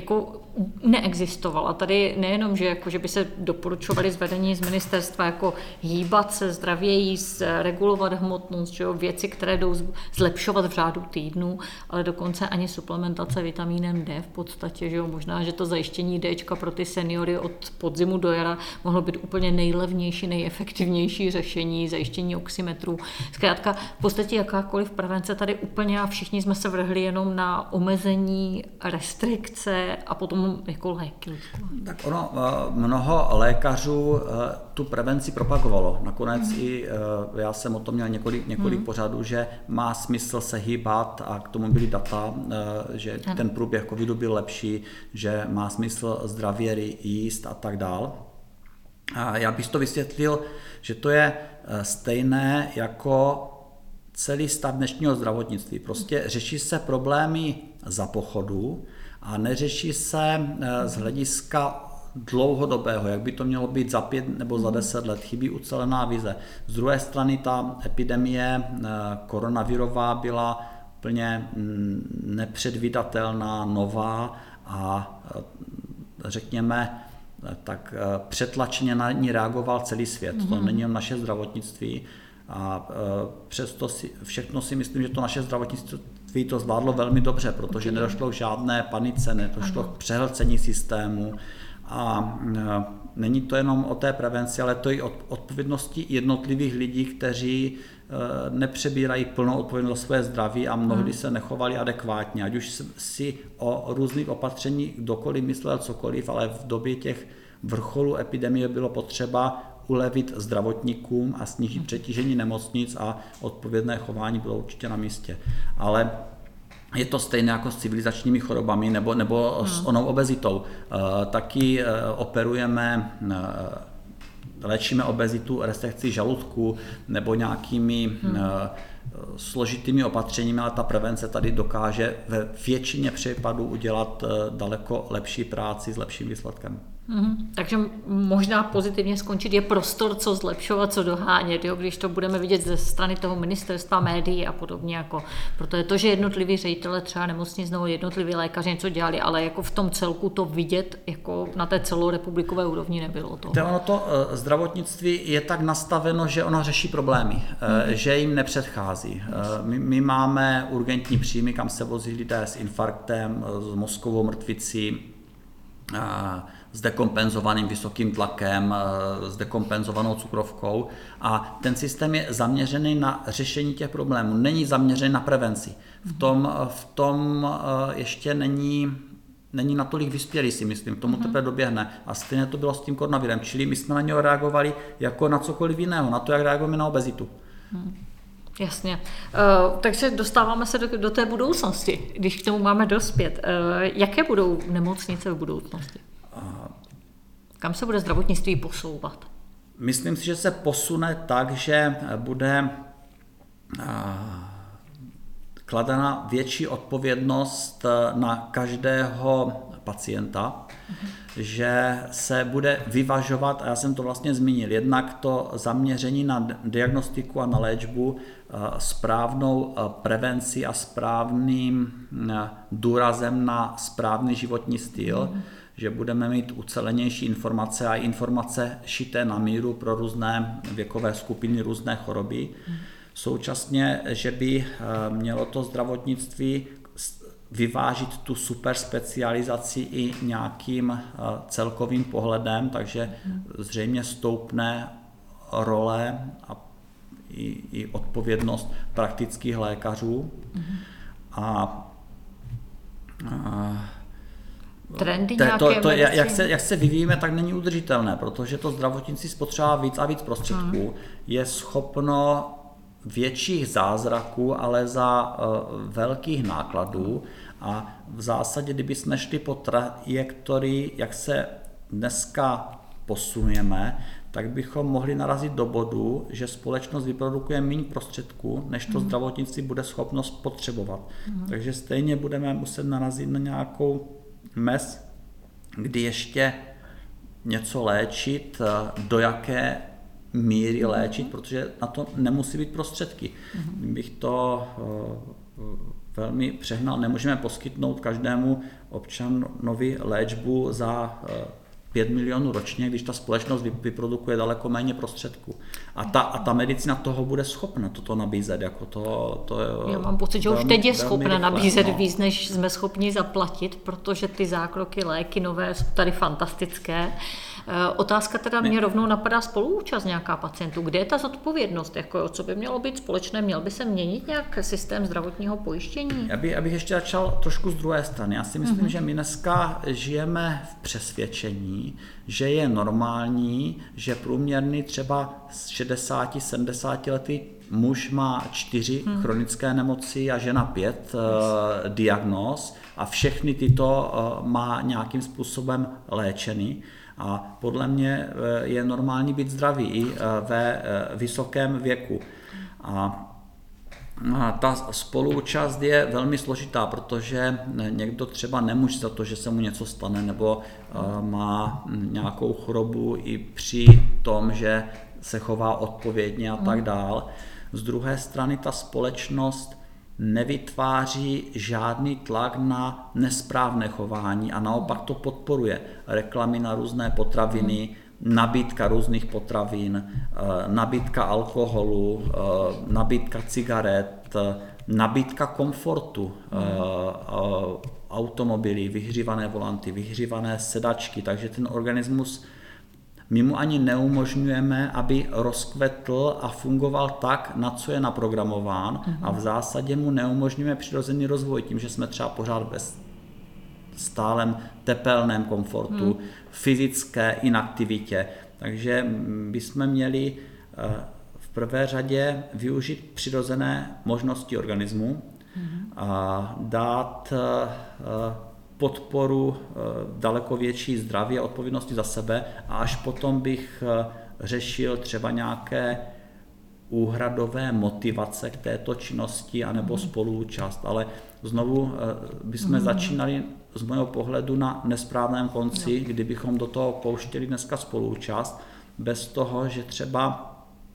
S2: neexistovala. Tady nejenom, že by se doporučovali z vedení z ministerstva hýbat se, zdravě jíst, regulovat hmotnost, že věci, které jdou zlepšovat v řádu týdnů, ale dokonce ani suplementace vitamínem D v podstatě, že možná, že to zajištění Dčka pro ty seniory od podzimu do jara mohlo být úplně nejlevnější, nejefektivnější řešení, zajištění oximetrů. Zkrátka, v podstatě jakákoliv prevence tady úplně a všichni jsme se vrhli jenom na omezení, restrikce a potom léky.
S1: Tak mnoho lékařů tu prevenci propagovalo. Nakonec i já jsem o tom měl několik pořadů, že má smysl se hýbat a k tomu byly data, že ten průběh covidu byl lepší, že má smysl zdravě jíst a tak dál. A já bych to vysvětlil, že to je stejné jako celý stav dnešního zdravotnictví. Prostě řeší se problémy za pochodu a neřeší se z hlediska dlouhodobého, jak by to mělo být za 5 nebo za 10 let. Chybí ucelená vize. Z druhé strany ta epidemie koronavirová byla plně nepředvídatelná, nová a řekněme, tak přetlačeně na ní reagoval celý svět. To není jen naše zdravotnictví a přesto všechno si myslím, že to naše zdravotnictví to zvládlo velmi dobře, protože nedošlo k žádné panice, nedošlo k přehlcení systému a není to jenom o té prevenci, ale to i o odpovědnosti jednotlivých lidí, kteří nepřebírají plnou odpovědnost za své zdraví a mnohdy se nechovali adekvátně. Ať už si o různých opatřeních kdokoliv myslel cokoliv, ale v době těch vrcholů epidemie bylo potřeba ulevit zdravotníkům a snížit přetížení nemocnic a odpovědné chování bylo určitě na místě. Ale je to stejné jako s civilizačními chorobami nebo s onou obezitou. Taky léčíme obezitu restrikcí žaludku nebo nějakými složitými opatřeními, ale ta prevence tady dokáže ve většině případů udělat daleko lepší práci s lepším výsledkem.
S2: Takže možná pozitivně skončit je prostor, co zlepšovat, co dohánět, když to budeme vidět ze strany toho ministerstva, médií a podobně. Protože to, že jednotliví ředitele třeba nemocnic nebo jednotliví lékaři něco dělali, ale v tom celku to vidět na té celorepublikové úrovni nebylo to.
S1: To zdravotnictví je tak nastaveno, že ono řeší problémy, že jim nepředchází. My máme urgentní příjmy, kam se vozí lidé s infarktem, s mozkovou mrtvicí, s dekompenzovaným vysokým tlakem, s dekompenzovanou cukrovkou a ten systém je zaměřený na řešení těch problémů, není zaměřený na prevenci. V tom ještě není není natolik vyspělý, si myslím, k tomu teprve doběhne. A stejně to bylo s tím koronavirem, čili my jsme na něho reagovali jako na cokoliv jiného, na to, jak reagujeme na obezitu.
S2: Jasně. Takže dostáváme se do té budoucnosti, když k tomu máme dospět. Jaké budou nemocnice v budoucnosti? Kam se bude zdravotnictví posouvat?
S1: Myslím si, že se posune tak, že bude kladena větší odpovědnost na každého pacienta, že se bude vyvažovat, a já jsem to vlastně zmínil, jednak to zaměření na diagnostiku a na léčbu správnou prevenci a správným důrazem na správný životní styl, že budeme mít ucelenější informace a informace šité na míru pro různé věkové skupiny, různé choroby. Současně, že by mělo to zdravotnictví vyvážit tu superspecializaci i nějakým celkovým pohledem, takže zřejmě stoupne role a i odpovědnost praktických lékařů.
S2: Trendy nějaké
S1: jak se vyvíjíme, tak není udržitelné, protože to zdravotnictví spotřebuje víc a víc prostředků, je schopno větších zázraků, ale za velkých nákladů, a v zásadě, kdyby jsme šli po trajektorii, jak se dneska posunujeme, tak bychom mohli narazit do bodu, že společnost vyprodukuje méně prostředků, než to zdravotnictví bude schopno spotřebovat. Takže stejně budeme muset narazit na nějakou mez, kdy ještě něco léčit, do jaké míry léčit, protože na to nemusí být prostředky. Bych to velmi přehnal, nemůžeme poskytnout každému občanovi léčbu za 5 milionů ročně, když ta společnost vyprodukuje daleko méně prostředků. A ta medicína toho bude schopna toto nabízet.
S2: Já mám pocit, že už teď je schopna nabízet víc, než jsme schopni zaplatit, protože ty zákroky, léky nové jsou tady fantastické. Otázka teda mě rovnou napadá spoluúčast nějaká pacientů. Kde je ta zodpovědnost? Co by mělo být společné? Měl by se měnit nějak systém zdravotního pojištění?
S1: Abych ještě začal trošku z druhé strany. Já si myslím, že my dneska žijeme v přesvědčení, že je normální, že průměrný třeba 60-70 letý muž má 4 chronické nemoci a žena 5 diagnóz a všechny tyto má nějakým způsobem léčeny. A podle mě je normální být zdravý i ve vysokém věku. A ta spoluúčast je velmi složitá, protože někdo třeba nemůže za to, že se mu něco stane, nebo má nějakou chorobu i při tom, že se chová odpovědně a tak dál. Z druhé strany ta společnost nevytváří žádný tlak na nesprávné chování a naopak to podporuje. Reklamy na různé potraviny, nabídka různých potravin, nabídka alkoholu, nabídka cigaret, nabídka komfortu, automobily, vyhřívané volanty, vyhřívané sedačky, takže ten organismus my mu ani neumožňujeme, aby rozkvetl a fungoval tak, na co je naprogramován, a v zásadě mu neumožňujeme přirozený rozvoj tím, že jsme třeba pořád bez stálem tepelném komfortu, fyzické inaktivitě. Takže bychom měli v prvé řadě využít přirozené možnosti organismu a dát podporu daleko větší zdraví a odpovědnosti za sebe, a až potom bych řešil třeba nějaké úhradové motivace k této činnosti anebo spoluúčast. Ale znovu bychom začínali z mého pohledu na nesprávném konci, kdybychom do toho pouštěli dneska spoluúčast, bez toho, že třeba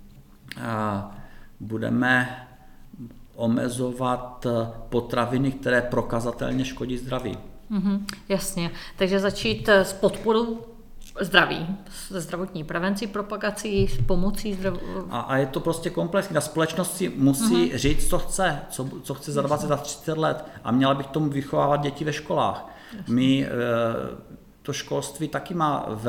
S1: budeme omezovat potraviny, které prokazatelně škodí zdraví.
S2: Jasně, takže začít s podporou zdraví, se zdravotní prevencí, propagací, s pomocí
S1: A je to prostě komplexní. Ta společnost si musí říct, co chce za 20 a 30 let, a měla bych tomu vychovávat děti ve školách. To školství taky má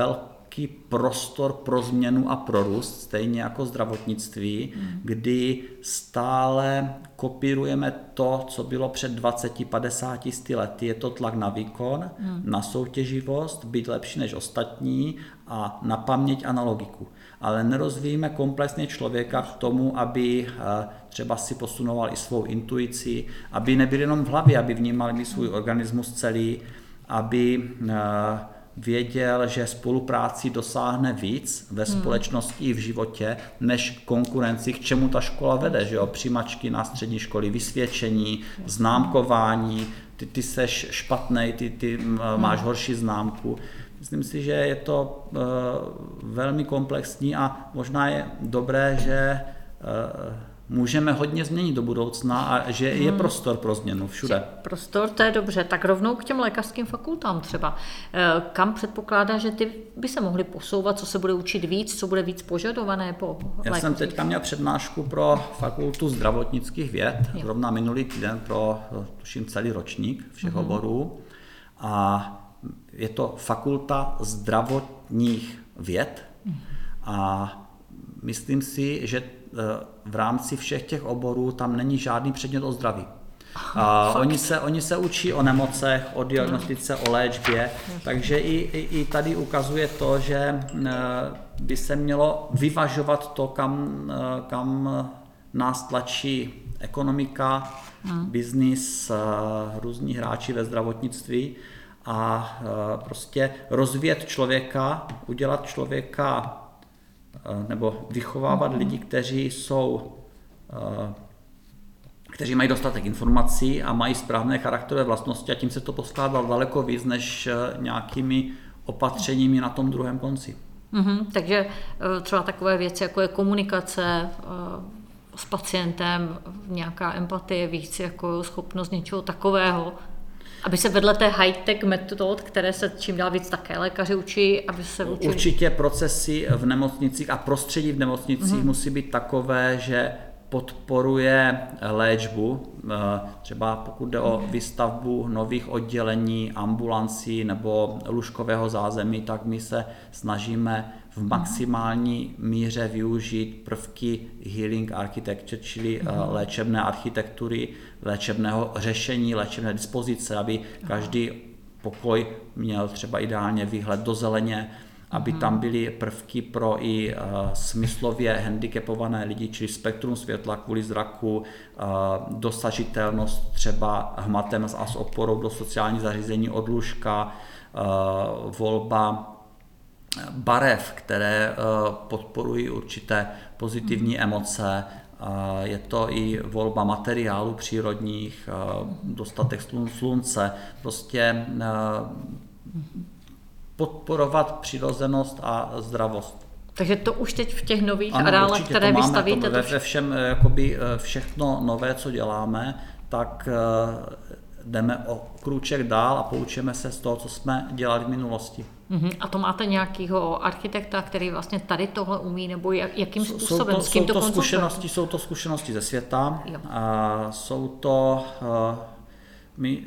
S1: velký prostor pro změnu a pro růst, stejně jako zdravotnictví, kdy stále kopírujeme to, co bylo před 20, 50, 100 lety. Je to tlak na výkon, na soutěživost, být lepší než ostatní a na paměť a na logiku. Ale nerozvíjíme komplexně člověka k tomu, aby třeba si posunoval i svou intuici, aby nebyl jenom v hlavě, aby vnímal i svůj organismus celý, aby věděl, že spolupráci dosáhne víc ve společnosti i v životě, než konkurenci, k čemu ta škola vede, že jo? Přijímačky na střední školy, vysvědčení, známkování, ty seš špatnej, ty máš horší známku. Myslím si, že je to velmi komplexní a možná je dobré, že můžeme hodně změnit do budoucna a že je prostor pro změnu všude.
S2: Prostor, to je dobře. Tak rovnou k těm lékařským fakultám třeba. Kam předpokládá, že ty by se mohly posouvat, co se bude učit víc, co bude víc požadované po lékařích?
S1: Já jsem teďka měl přednášku pro fakultu zdravotnických věd, zrovna minulý týden pro, tuším, celý ročník všech oborů. A je to fakulta zdravotních věd a myslím si, že v rámci všech těch oborů tam není žádný předmět o zdraví. Oni se učí o nemocech, o diagnostice, o léčbě, takže i tady ukazuje to, že by se mělo vyvažovat to, kam nás tlačí ekonomika, biznis, různí hráči ve zdravotnictví a prostě rozvíjet člověka, udělat člověka nebo vychovávat lidi, kteří mají dostatek informací a mají správné charakterové vlastnosti a tím se to poskládá daleko víc než nějakými opatřeními na tom druhém konci.
S2: Takže třeba takové věci, jako je komunikace s pacientem, nějaká empatie, víc jako schopnost něčeho takového, aby se vedle té high-tech metod, které se čím dál víc také lékaři učí, aby se učili.
S1: Určitě procesy v nemocnicích a prostředí v nemocnicích musí být takové, že podporuje léčbu, třeba pokud jde o výstavbu nových oddělení, ambulancí nebo lůžkového zázemí, tak my se snažíme v maximální míře využít prvky healing architecture, čili léčebné architektury, léčebného řešení, léčebné dispozice, aby každý pokoj měl třeba ideálně výhled do zeleně, aby tam byly prvky pro i smyslově handicapované lidi, čili spektrum světla kvůli zraku, dosažitelnost třeba hmatem a s oporou do sociální zařízení od lůžka, volba barev, které podporují určité pozitivní emoce, je to i volba materiálů přírodních, dostatek slunce, prostě podporovat přirozenost a zdravost.
S2: Takže to už teď v těch nových areálech, které vystavíte?
S1: Ve všem, jakoby všechno nové, co děláme, tak jdeme o krůček dál a poučíme se z toho, co jsme dělali v minulosti.
S2: A to máte nějakého architekta, který vlastně tady tohle umí, nebo jakým způsobem, s kým to konzultujete?
S1: Jsou to zkušenosti ze světa, jsou to, my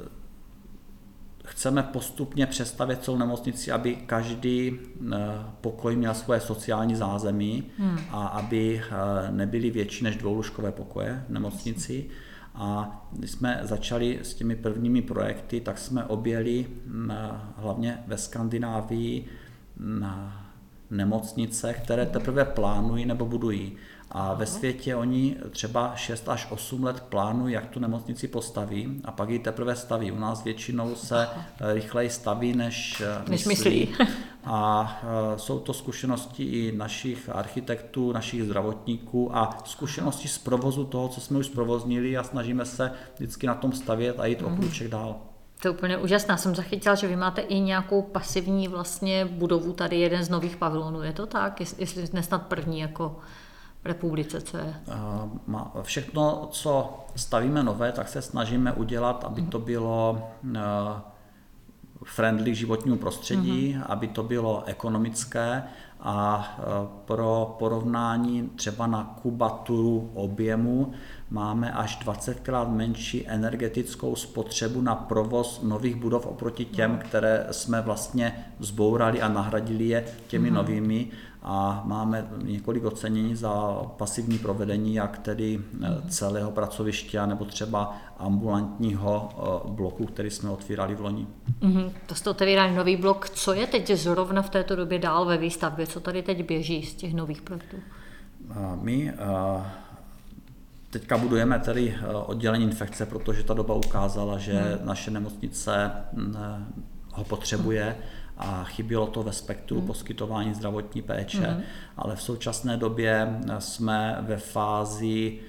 S1: chceme postupně přestavět celou nemocnici, aby každý pokoj měl svoje sociální zázemí a aby nebyly větší než dvoulůžkové pokoje v nemocnici. A když jsme začali s těmi prvními projekty, tak jsme objeli hlavně ve Skandinávii nemocnice, které teprve plánují nebo budují. A ve světě oni třeba 6 až 8 let plánují, jak tu nemocnici postaví a pak ji teprve staví. U nás většinou se rychleji staví, než myslí. A jsou to zkušenosti i našich architektů, našich zdravotníků a zkušenosti z provozu toho, co jsme už zprovoznili a snažíme se vždycky na tom stavět a jít o krůček dál.
S2: To je úplně úžasná. Jsem zachytila, že vy máte i nějakou pasivní vlastně budovu, tady jeden z nových pavilonů. Je to tak? Jestli nesnad první jako v republice, co je?
S1: Všechno, co stavíme nové, tak se snažíme udělat, aby to bylo friendly životnímu prostředí, aby to bylo ekonomické a pro porovnání třeba na kubaturu objemu máme až 20krát menší energetickou spotřebu na provoz nových budov oproti těm, které jsme vlastně zbourali a nahradili je těmi novými. A máme několik ocenění za pasivní provedení, jak tedy celého pracoviště, nebo třeba ambulantního bloku, který jsme otvírali v loni.
S2: To jste otevírali nový blok. Co je teď zrovna v této době dál ve výstavbě? Co tady teď běží z těch nových projektů?
S1: My teďka budujeme tedy oddělení infekce, protože ta doba ukázala, že naše nemocnice ho potřebuje a chybělo to ve spektru poskytování zdravotní péče, ale v současné době jsme ve fázi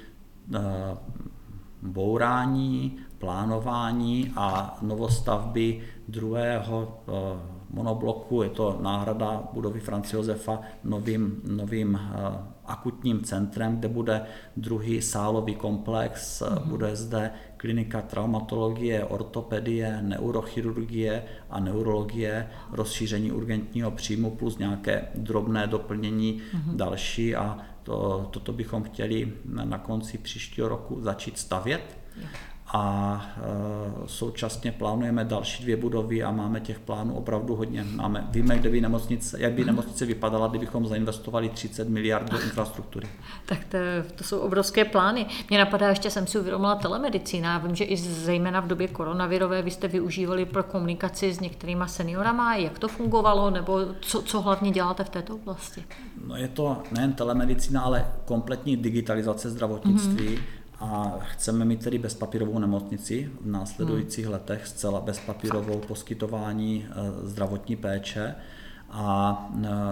S1: bourání, plánování a novostavby druhého monobloku. Je to náhrada budovy Franze Josefa novým akutním centrem, kde bude druhý sálový komplex, bude zde klinika traumatologie, ortopedie, neurochirurgie a neurologie, rozšíření urgentního příjmu plus nějaké drobné doplnění další a toto bychom chtěli na konci příštího roku začít stavět. A současně plánujeme další 2 budovy a máme těch plánů opravdu hodně. Víme, jak by nemocnice vypadala, kdybychom zainvestovali 30 miliard do infrastruktury.
S2: Tak to jsou obrovské plány. Mě napadá, ještě jsem si uvědomila telemedicína. Vím, že i zejména v době koronavirové vy jste využívali pro komunikaci s některýma seniorama. Jak to fungovalo, nebo co hlavně děláte v této oblasti?
S1: No je to nejen telemedicína, ale kompletní digitalizace zdravotnictví. A chceme mít tedy bezpapírovou nemocnici v následujících letech, zcela bezpapírovou poskytování zdravotní péče. A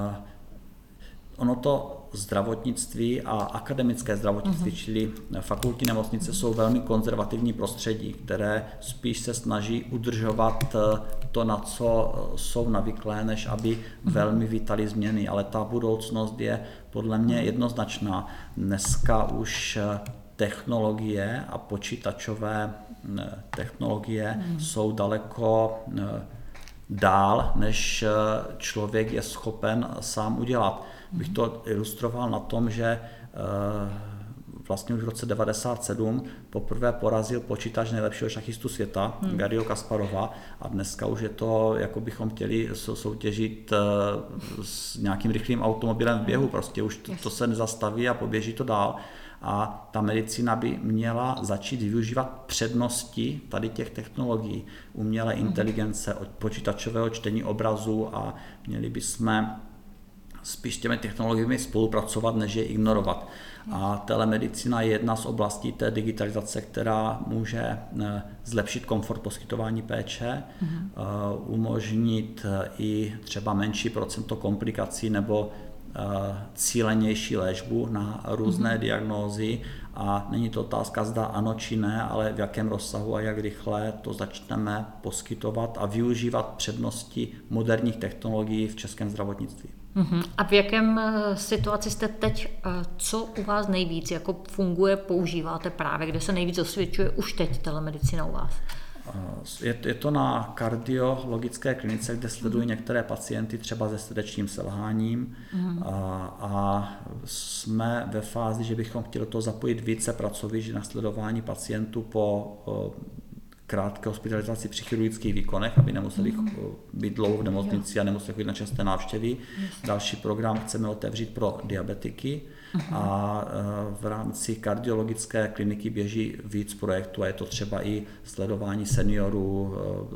S1: ono to zdravotnictví a akademické zdravotnictví, čili fakultní nemocnice, jsou velmi konzervativní prostředí, které spíš se snaží udržovat to, na co jsou navyklé, než aby velmi vítali změny. Ale ta budoucnost je podle mě jednoznačná. Dneska už technologie a počítačové technologie jsou daleko dál, než člověk je schopen sám udělat. Bych to ilustroval na tom, že vlastně už v roce 1997 poprvé porazil počítač nejlepšího šachistu světa, Garryho Kasparova, a dneska už je to, jako bychom chtěli soutěžit s nějakým rychlým automobilem v běhu. Prostě už to se nezastaví a poběží to dál. A ta medicína by měla začít využívat přednosti tady těch technologií, umělé inteligence, počítačového čtení obrazu a měli bychom spíš s těmi technologiemi spolupracovat, než je ignorovat. A telemedicína je jedna z oblastí té digitalizace, která může zlepšit komfort poskytování péče, umožnit i třeba menší procento komplikací nebo cílenější léčbu na různé diagnózy a není to otázka zda ano či ne, ale v jakém rozsahu a jak rychle to začneme poskytovat a využívat přednosti moderních technologií v českém zdravotnictví.
S2: A v jakém situaci jste teď, co u vás nejvíc jako funguje, používáte právě, kde se nejvíc osvědčuje už teď telemedicina u vás?
S1: Je to na kardiologické klinice, kde sledují některé pacienty třeba se srdečním selháním a jsme ve fázi, že bychom chtěli to zapojit více pracovišť na sledování pacientů po krátké hospitalizaci při chirurgických výkonech, aby nemuseli být dlouho v nemocnici a nemuseli chodit na časté návštěvy. Další program chceme otevřít pro diabetiky a v rámci kardiologické kliniky běží víc projektů a je to třeba i sledování seniorů,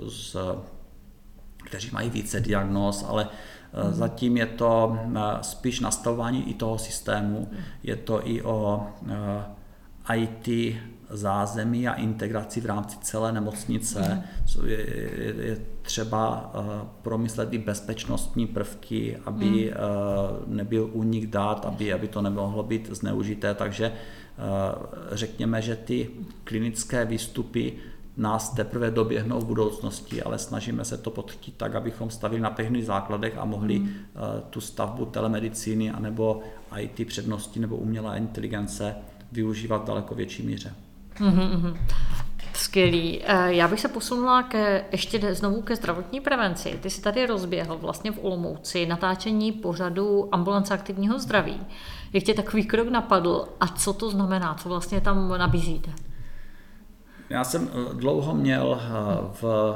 S1: kteří mají více diagnóz, ale zatím je to spíš nastavování i toho systému, je to i o IT zázemí a integraci v rámci celé nemocnice. Je třeba promyslet i bezpečnostní prvky, aby nebyl únik dat, aby to nemohlo být zneužité. Takže řekněme, že ty klinické výstupy nás teprve doběhnou v budoucnosti, ale snažíme se to podchytit tak, abychom stavili na pevných základech a mohli tu stavbu telemedicíny anebo IT přednosti nebo umělá inteligence využívat v daleko větší míře.
S2: Skvělý. Já bych se posunula ještě znovu ke zdravotní prevenci. Ty jsi tady rozběhl vlastně v Olomouci natáčení pořadu Ambulance aktivního zdraví. Jak tě takový krok napadl a co to znamená? Co vlastně tam nabízíte?
S1: Já jsem dlouho měl v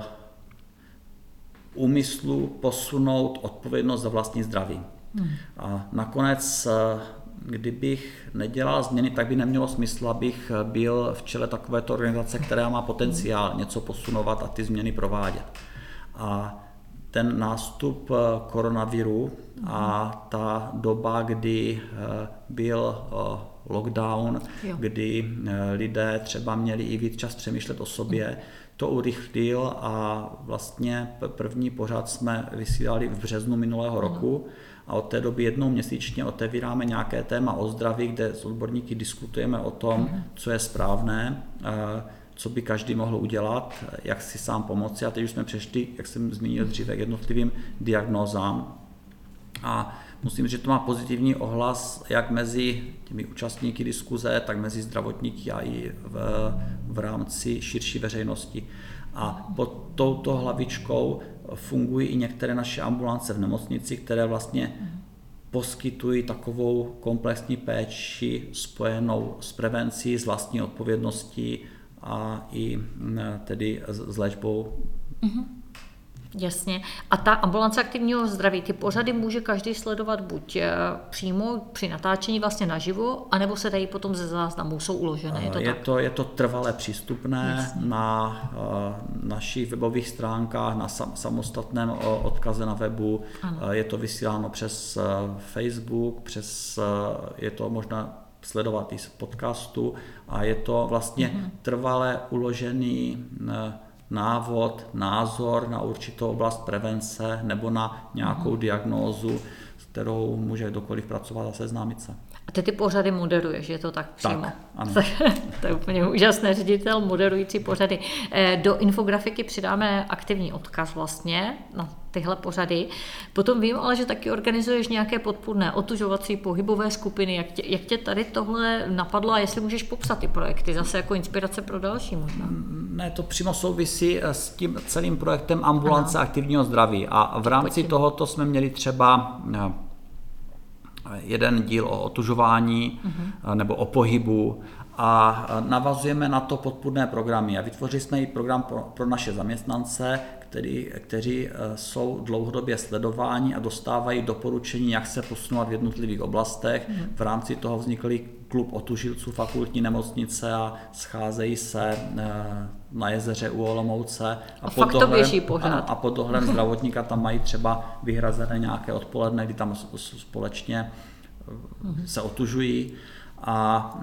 S1: úmyslu posunout odpovědnost za vlastní zdraví. A nakonec, kdybych nedělal změny, tak by nemělo smysl, abych byl v čele takovéto organizace, která má potenciál něco posunovat a ty změny provádět. A ten nástup koronaviru a ta doba, kdy byl lockdown, kdy lidé třeba měli i víc čas přemýšlet o sobě, to urychlil a vlastně první pořad jsme vysílali v březnu minulého roku a od té doby jednou měsíčně otevíráme nějaké téma o zdraví, kde s odborníky diskutujeme o tom, co je správné, co by každý mohl udělat, jak si sám pomoci. A teď už jsme přešli, jak jsem zmínil dříve, k jednotlivým diagnózám. A musím říct, že to má pozitivní ohlas jak mezi těmi účastníky diskuze, tak mezi zdravotníky a i v rámci širší veřejnosti. A pod touto hlavičkou fungují i některé naše ambulance v nemocnici, které vlastně poskytují takovou komplexní péči spojenou s prevencí, s vlastní odpovědností a i tedy s léčbou.
S2: Jasně. A ta ambulance aktivního zdraví, ty pořady může každý sledovat buď přímo při natáčení vlastně naživo, anebo se dají potom ze záznamu, jsou uložené.
S1: Je to trvale přístupné. Jasně. Na našich webových stránkách, na samostatném odkaze na webu. Ano. Je to vysíláno přes Facebook, je to možná sledovat i z podcastu a je to vlastně trvale uložený návod, názor na určitou oblast prevence nebo na nějakou diagnózu, s kterou může kdokoliv pracovat a seznámit se.
S2: A ty pořady moderuješ, je to tak přímo?
S1: Tak, ano.
S2: To je úplně úžasné, ředitel moderující pořady. Do infografiky přidáme aktivní odkaz vlastně na tyhle pořady. Potom vím ale, že taky organizuješ nějaké podpůrné otužovací pohybové skupiny. Jak tě tady tohle napadlo a jestli můžeš popsat ty projekty, zase jako inspirace pro další možná?
S1: Ne, to přímo souvisí s tím celým projektem Ambulance aktivního zdraví a v rámci tohoto jsme měli třeba jeden díl o otužování nebo o pohybu a navazujeme na to podpůrné programy a vytvořili jsme i program pro naše zaměstnance, kteří jsou dlouhodobě sledováni a dostávají doporučení, jak se posunovat v jednotlivých oblastech. V rámci toho vznikl klub otužilců fakultní nemocnice a scházejí se na jezeře u Olomouce. A pod dohledem zdravotníka tam mají třeba vyhrazené nějaké odpoledne, kdy tam společně se otužují. A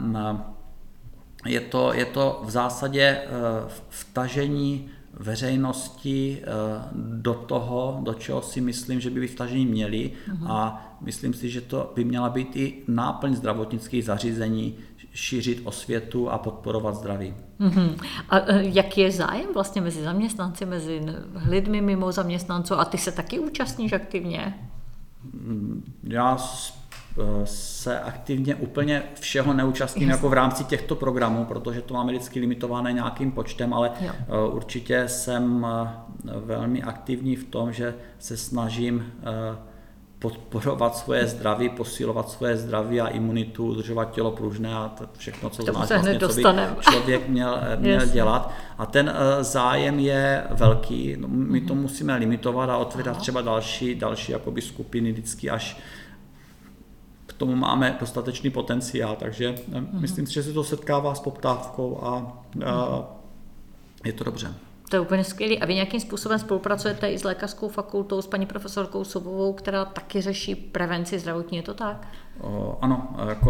S1: je to v zásadě vtažení veřejnosti do toho, do čeho si myslím, že by být vtažení měli a myslím si, že to by měla být i náplň zdravotnických zařízení, šířit osvětu a podporovat zdraví.
S2: A jaký je zájem vlastně mezi zaměstnanci, mezi lidmi mimo zaměstnanců a ty se taky účastníš aktivně?
S1: Já se aktivně úplně všeho neúčastním jako v rámci těchto programů, protože to máme vždycky limitované nějakým počtem, ale určitě jsem velmi aktivní v tom, že se snažím podporovat svoje zdraví, posilovat svoje zdraví a imunitu, udržovat tělo pružné a všechno, co znáš, vlastně, co by člověk měl dělat. A ten zájem je velký. No, my to musíme limitovat a otvírat třeba další jakoby skupiny vždycky až k tomu máme dostatečný potenciál, takže myslím si, že se to setkává s poptávkou a je to dobře.
S2: To je úplně skvělý. A vy nějakým způsobem spolupracujete i s lékařskou fakultou, s paní profesorkou Sobovou, která taky řeší prevenci zdravotní, je to tak?
S1: Ano,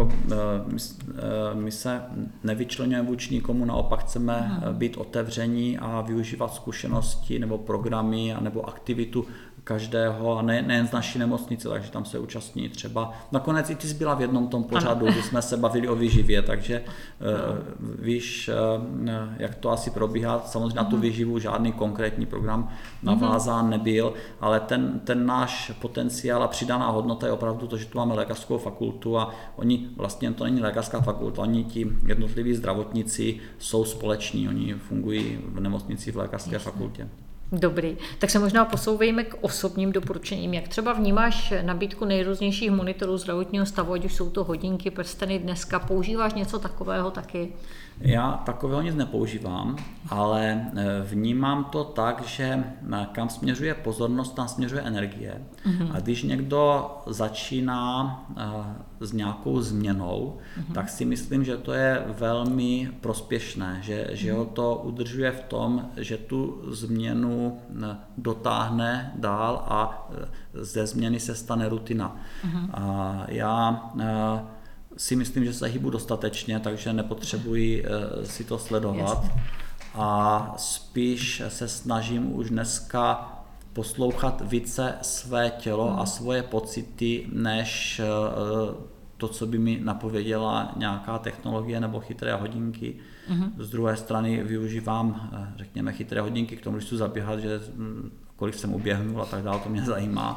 S1: my se nevyčleňujeme vůči nikomu, naopak chceme být otevření a využívat zkušenosti nebo programy nebo aktivitu každého, a nejen z naší nemocnice, takže tam se účastní třeba. Nakonec i ty jsi byla v jednom tom pořadu, kdy jsme se bavili o výživě, takže víš, jak to asi probíhá. Samozřejmě na tu výživu žádný konkrétní program navázán nebyl, ale ten náš potenciál a přidaná hodnota je opravdu to, že tu máme lékařskou fakultu a oni vlastně, to není lékařská fakulta, oni ti jednotliví zdravotníci jsou společní, oni fungují v nemocnici v lékařské fakultě.
S2: Dobrý, tak se možná posouvejme k osobním doporučením. Jak třeba vnímáš nabídku nejrůznějších monitorů zdravotního stavu, ať už jsou to hodinky, prsteny dneska, používáš něco takového taky?
S1: Já takového nic nepoužívám, ale vnímám to tak, že kam směřuje pozornost, tam směřuje energie. A když někdo začíná s nějakou změnou, tak si myslím, že to je velmi prospěšné, že ho to udržuje v tom, že tu změnu dotáhne dál a ze změny se stane rutina. A já si myslím, že se hýbu dostatečně, takže nepotřebuji si to sledovat. A spíš se snažím už dneska poslouchat více své tělo a svoje pocity, než to, co by mi napověděla nějaká technologie nebo chytré hodinky. Z druhé strany využívám, řekněme, chytré hodinky k tomu, když chci zaběhat, že kolik jsem uběhnul a tak dále, to mě zajímá.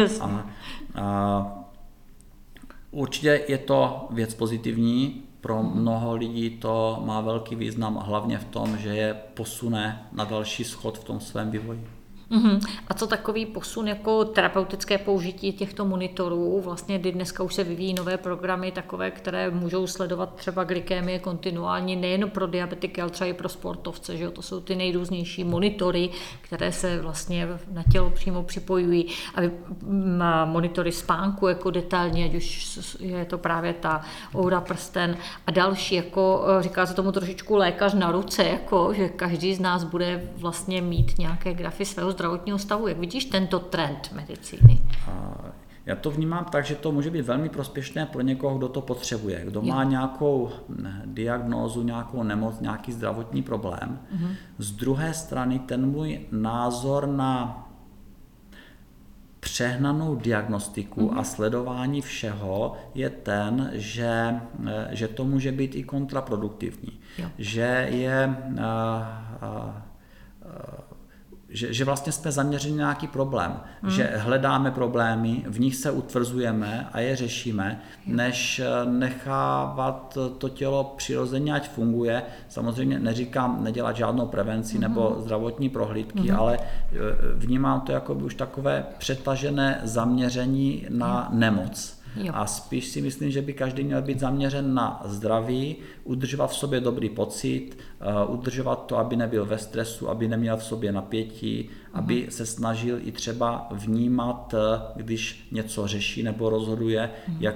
S1: Určitě je to věc pozitivní, pro mnoho lidí to má velký význam, hlavně v tom, že je posune na další schod v tom svém vývoji.
S2: A co takový posun jako terapeutické použití těchto monitorů? Vlastně dneska už se vyvíjí nové programy takové, které můžou sledovat třeba glykémie kontinuálně nejen pro diabetiky, ale třeba i pro sportovce, že jo? To jsou ty nejrůznější monitory, které se vlastně na tělo přímo připojují, a monitory spánku jako detailně, ať už je to právě ta Oura prsten a další, jako říká se tomu trošičku lékař na ruce, jako že každý z nás bude vlastně mít nějaké grafy svého zdravotního stavu. Jak vidíš tento trend medicíny?
S1: Já to vnímám tak, že to může být velmi prospěšné pro někoho, kdo to potřebuje, kdo má nějakou diagnózu, nějakou nemoc, nějaký zdravotní problém. Z druhé strany ten můj názor na přehnanou diagnostiku a sledování všeho je ten, že to může být i kontraproduktivní. Že je že vlastně jsme zaměřeni na nějaký problém, že hledáme problémy, v nich se utvrzujeme a je řešíme, než nechávat to tělo přirozeně, ať funguje. Samozřejmě neříkám nedělat žádnou prevenci nebo zdravotní prohlídky, ale vnímám to jako by už takové přetažené zaměření na nemoc. A spíš si myslím, že by každý měl být zaměřen na zdraví, udržovat v sobě dobrý pocit, udržovat to, aby nebyl ve stresu, aby neměl v sobě napětí, aby se snažil i třeba vnímat, když něco řeší nebo rozhoduje,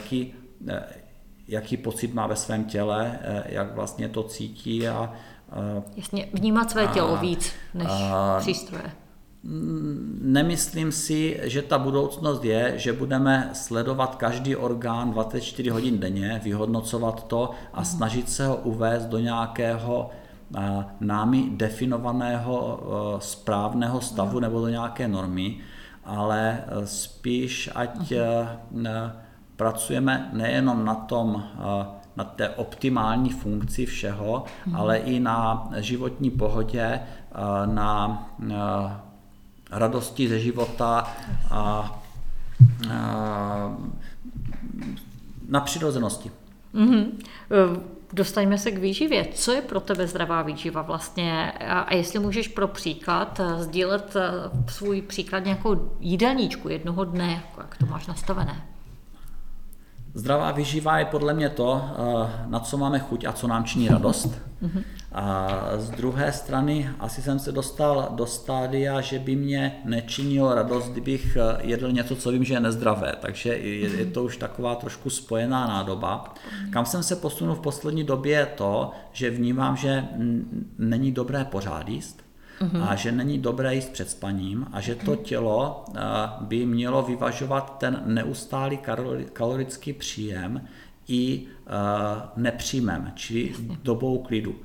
S1: jaký pocit má ve svém těle, jak vlastně to cítí.
S2: Jasně, vnímat své tělo víc než přístroje.
S1: Nemyslím si, že ta budoucnost je, že budeme sledovat každý orgán 24 hodin denně, vyhodnocovat to a snažit se ho uvést do nějakého námi definovaného správného stavu nebo do nějaké normy, ale spíš ať pracujeme nejenom na té optimální funkci všeho, ale i na životní pohodě, na radosti ze života a na přirozenosti.
S2: Dostaňme se k výživě. Co je pro tebe zdravá výživa vlastně? A jestli můžeš pro příklad sdílet svůj příklad nějakou jídelníčku jednoho dne, jak to máš nastavené?
S1: Zdravá výživa je podle mě to, na co máme chuť a co nám činí radost. A z druhé strany asi jsem se dostal do stádia, že by mě nečinilo radost, kdybych jedl něco, co vím, že je nezdravé. Takže je to už taková trošku spojená nádoba. Kam jsem se posunul v poslední době je to, že vnímám, že není dobré pořád jíst. A že není dobré jíst před spaním a že to tělo by mělo vyvažovat ten neustálý kalorický příjem i nepříjmem, čili dobou klidu.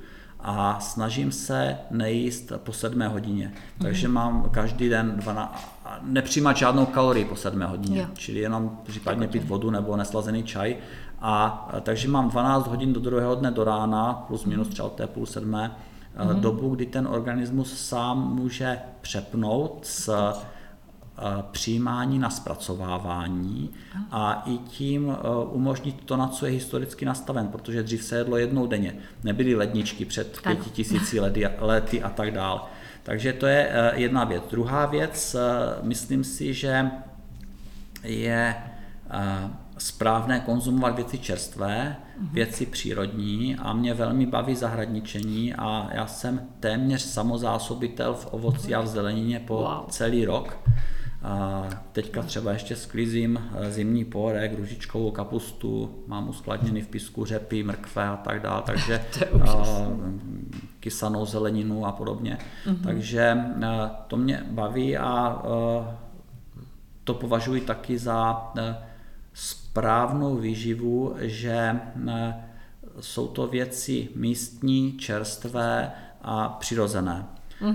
S1: a snažím se nejíst po 7 hodině. Takže mám každý den nepřijímat žádnou kalorii po 7 hodině, čili jenom případně pít vodu nebo neslazený čaj. A takže mám 12 hodin do druhého dne do rána, plus minus třeba od té 6:30, dobu, kdy ten organismus sám může přepnout z přijímání na zpracovávání a i tím umožnit to, na co je historicky nastaven, protože dřív se jedlo jednou denně. Nebyly ledničky před 5000 lety a tak dále. Takže to je jedna věc. Druhá věc, myslím si, že je správné konzumovat věci čerstvé, věci přírodní a mě velmi baví zahradničení a já jsem téměř samozásobitel v ovoci a v zelenině po celý rok. A teďka třeba ještě sklízím zimní pórek, růžičkovou kapustu, mám uskladněný v písku řepy, mrkve a tak dále, takže kysanou zeleninu a podobně. Takže to mě baví a to považuji taky za správnou výživu, že jsou to věci místní, čerstvé a přirozené.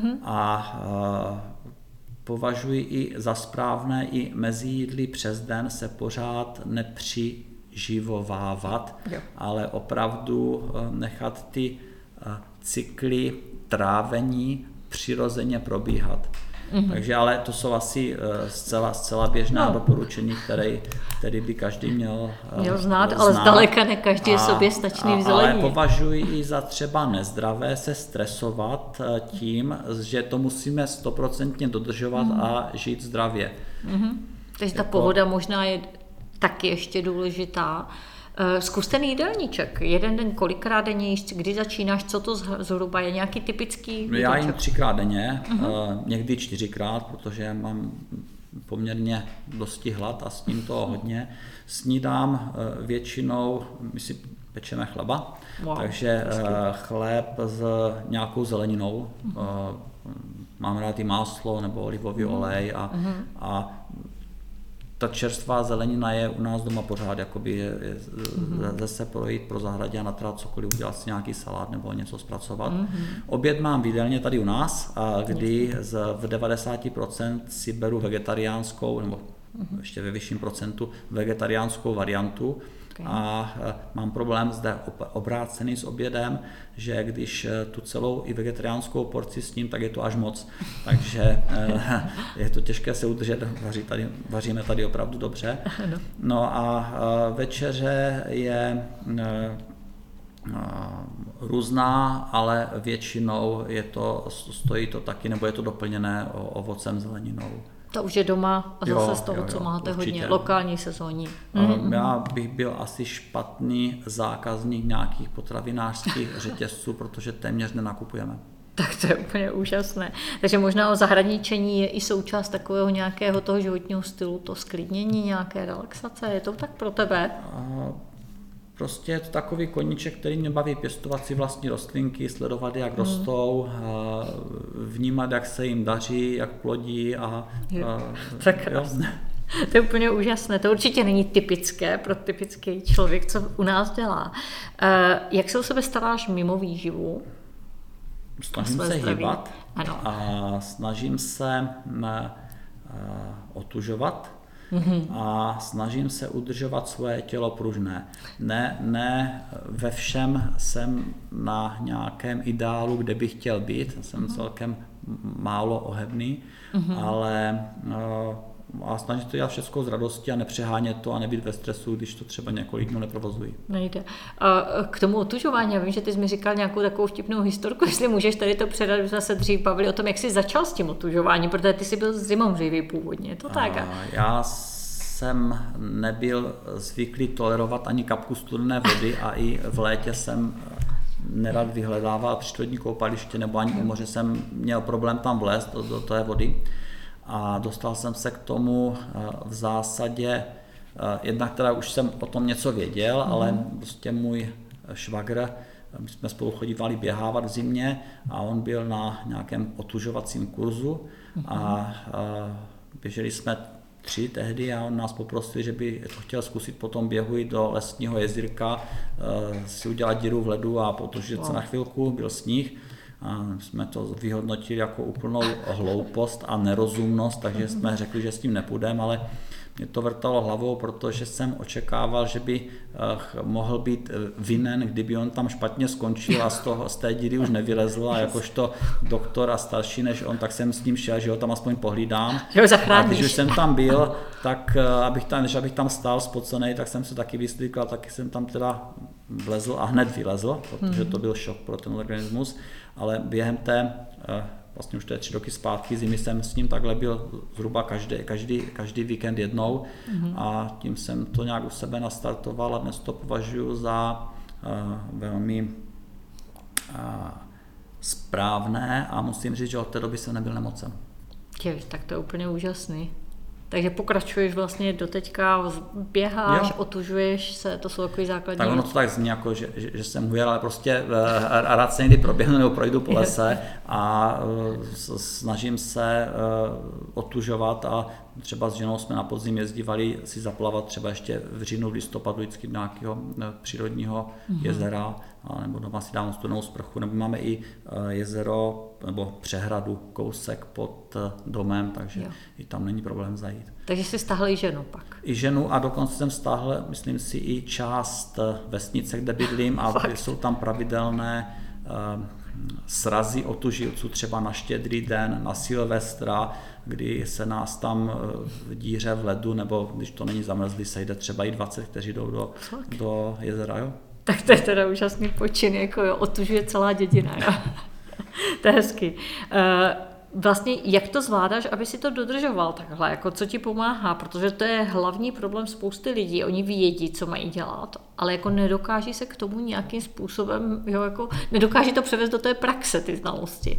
S1: A považuji i za správné i mezi jídly přes den se pořád nepřiživovávat, ale opravdu nechat ty cykly trávení přirozeně probíhat. Takže ale to jsou asi zcela běžná doporučení, které by každý měl
S2: znát, ale zdaleka ne každý je soběstačný v zelení.
S1: Ale považuji i za třeba nezdravé se stresovat tím, že to musíme 100% dodržovat a žít zdravě.
S2: Takže ta pohoda možná je taky ještě důležitá. Zkus ten jídelníček. Jeden den kolikrát denně jíš, kdy začínáš, co to zhruba je, nějaký typický jídelníček?
S1: Já jím 3krát denně, někdy 4krát, protože mám poměrně dosti hlad a s tím to hodně. Snídám většinou, my si pečeme chleba, takže chléb s nějakou zeleninou, mám rád i máslo nebo olivový olej a ta čerstvá zelenina je u nás doma pořád, jakoby zase projít po zahradě a natrát cokoliv, udělat si nějaký salát nebo něco zpracovat. Oběd mám v jídelně tady u nás, kdy v 90% si beru vegetariánskou, nebo ještě ve vyšším procentu vegetariánskou variantu. A mám problém zde obrácený s obědem, že když tu celou i vegetariánskou porci sním, tak je to až moc. Takže je to těžké se udržet, vaříme tady opravdu dobře. No a večeře je různá, ale většinou stojí to taky, nebo je to doplněné ovocem, zeleninou.
S2: To už je doma a zase z toho, co máte určitě. Hodně lokální, sezónní.
S1: Já bych byl asi špatný zákazník nějakých potravinářských řetězců, protože téměř nenakupujeme.
S2: Tak to je úplně úžasné. Takže možná o zahradničení je i součást takového nějakého toho životního stylu, to sklidnění, nějaké relaxace. Je to tak pro tebe?
S1: Prostě je to takový koníček, který mě baví, pěstovat si vlastní rostlinky, sledovat, jak rostou, vnímat, jak se jim daří, jak plodí.
S2: To je úplně úžasné. To určitě není typické pro typický člověk, co u nás dělá. Jak se o sebe staráš mimo výživu?
S1: Snažím se hýbat a snažím se otužovat. A snažím se udržovat svoje tělo pružné. Ne ve všem jsem na nějakém ideálu, kde bych chtěl být, jsem celkem málo ohebný, ale a snažím se to dělat všechno s radostí a nepřehánět to a nebýt ve stresu, když to třeba několik dnů neprovozují.
S2: Nejde. A k tomu otužování, já vím, že ty jsi mi říkal nějakou takovou vtipnou historku, jestli můžeš tady to předat, jsme se dřív bavili o tom, jak jsi začal s tím otužováním, protože ty jsi byl zimomřivý původně, to tak?
S1: Já jsem nebyl zvyklý tolerovat ani kapku studené vody a i v létě jsem nerad vyhledával přírodní koupaliště nebo ani u moře jsem měl problém tam vlézt do té vody. A dostal jsem se k tomu v zásadě, jednak teda už jsem o tom něco věděl, ale prostě můj švagr, my jsme spolu chodívali běhávat v zimě a on byl na nějakém otužovacím kurzu a běželi jsme 3 tehdy a on nás poprosil, že by to chtěl zkusit potom běhu i do lesního jezírka, si udělat díru v ledu a podržet se na chvilku, byl sníh. A jsme to vyhodnotili jako úplnou hloupost a nerozumnost, takže jsme řekli, že s tím nepůjdeme, ale mě to vrtalo hlavou, protože jsem očekával, že by mohl být vinen, kdyby on tam špatně skončil a z té díry už nevylezl a jakožto doktor a starší než on, tak jsem s ním šel, že ho tam aspoň pohlídám.
S2: Že ho zachráníš.
S1: A když už jsem tam byl, tak než abych tam stál spocenej, tak jsem se taky vyslíkal, taky jsem tam teda vlezl a hned vylezl, protože to byl šok pro ten organismus, ale během té vlastně už to je 3 roky zpátky, zimy jsem s ním takhle byl zhruba každý víkend jednou a tím jsem to nějak u sebe nastartoval a dnes to považuji za velmi správné a musím říct, že od té doby jsem nebyl nemocen.
S2: Tak to je úplně úžasný. Takže pokračuješ vlastně doteďka, běháš, otužuješ se, to jsou takový základní.
S1: Tak ono to tak zní, jako, že jsem hujel, ale prostě rád se někdy proběhnu nebo projdu po lese a snažím se otužovat a třeba s ženou jsme na podzim jezdívali si zaplavat třeba ještě v říjnu, v listopadu vždycky do nějakého přírodního jezera, nebo doma si dávám studenou sprchu, nebo máme i jezero nebo přehradu, kousek pod domem, takže i tam není problém zajít.
S2: Takže jsi stáhl i ženu pak?
S1: I ženu a dokonce jsem stáhl, myslím si, i část vesnice, kde bydlím a jsou tam pravidelné srazy otužilců třeba na Štědrý den, na Silvestra, kdy se nás tam v díře v ledu, nebo když to není zamrzlý, sejde třeba i 20, kteří jdou do jezera. Jo?
S2: Tak to je teda úžasný počin, jako otužuje celá dědina. Jo? To je hezky. Vlastně jak to zvládáš, aby si to dodržoval takhle, jako co ti pomáhá, protože to je hlavní problém spousty lidí, oni vědí, co mají dělat, ale jako nedokáží se k tomu nějakým způsobem, jo, jako nedokáží to převést do té praxe, ty znalosti.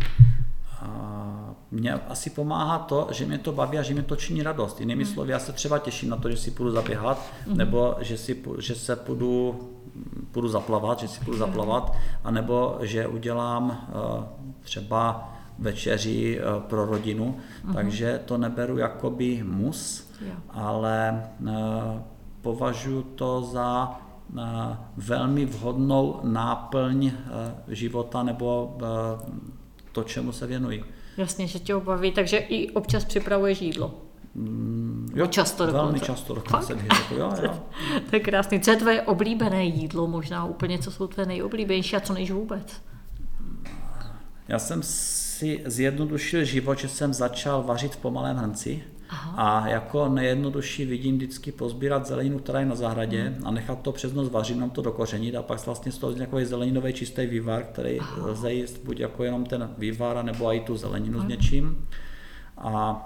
S1: Mně asi pomáhá to, že mě to baví a že mě to činí radost. Jinými slovy, já se třeba těším na to, že si půjdu zaběhat, nebo že se půjdu zaplavat, anebo že udělám třeba večeři pro rodinu, takže to neberu jakoby mus, ale považuji to za velmi vhodnou náplň života nebo to, čemu se věnuji.
S2: Jasně, že tě obaví, takže i občas připravuješ jídlo.
S1: Jo,
S2: často dokonce.
S1: Velmi často dokonce bych řekl, jo.
S2: To je krásný. Co je tvoje oblíbené jídlo možná úplně, co jsou tvoje nejoblíbenější a co nejíš vůbec?
S1: Já jsem si zjednodušil život, že jsem začal vařit v pomalém hrnci. A jako nejjednodušší vidím vždycky pozbírat zeleninu, která je na zahradě a nechat to přes noc vařit, jenom to dokořenit a pak vlastně z toho takový zeleninový čistý vývar, který lze jíst buď jako jenom ten vývar, nebo i tu zeleninu s něčím. A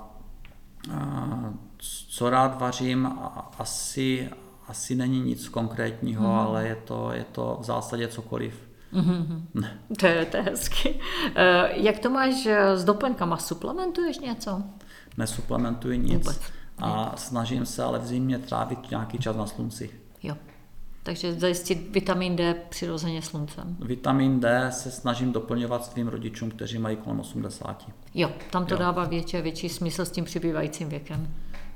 S1: co rád vařím, asi není nic konkrétního, ale je to v zásadě cokoliv.
S2: To je hezky. Jak to máš s doplňkama? Suplementuješ něco?
S1: Nesuplementuji nic a snažím se ale v zimě trávit nějaký čas na slunci.
S2: Jo, takže zajistit vitamin D přirozeně sluncem.
S1: Vitamin D se snažím doplňovat svým rodičům, kteří mají kolem 80.
S2: Jo, tam to dává větší a větší smysl s tím přibývajícím věkem.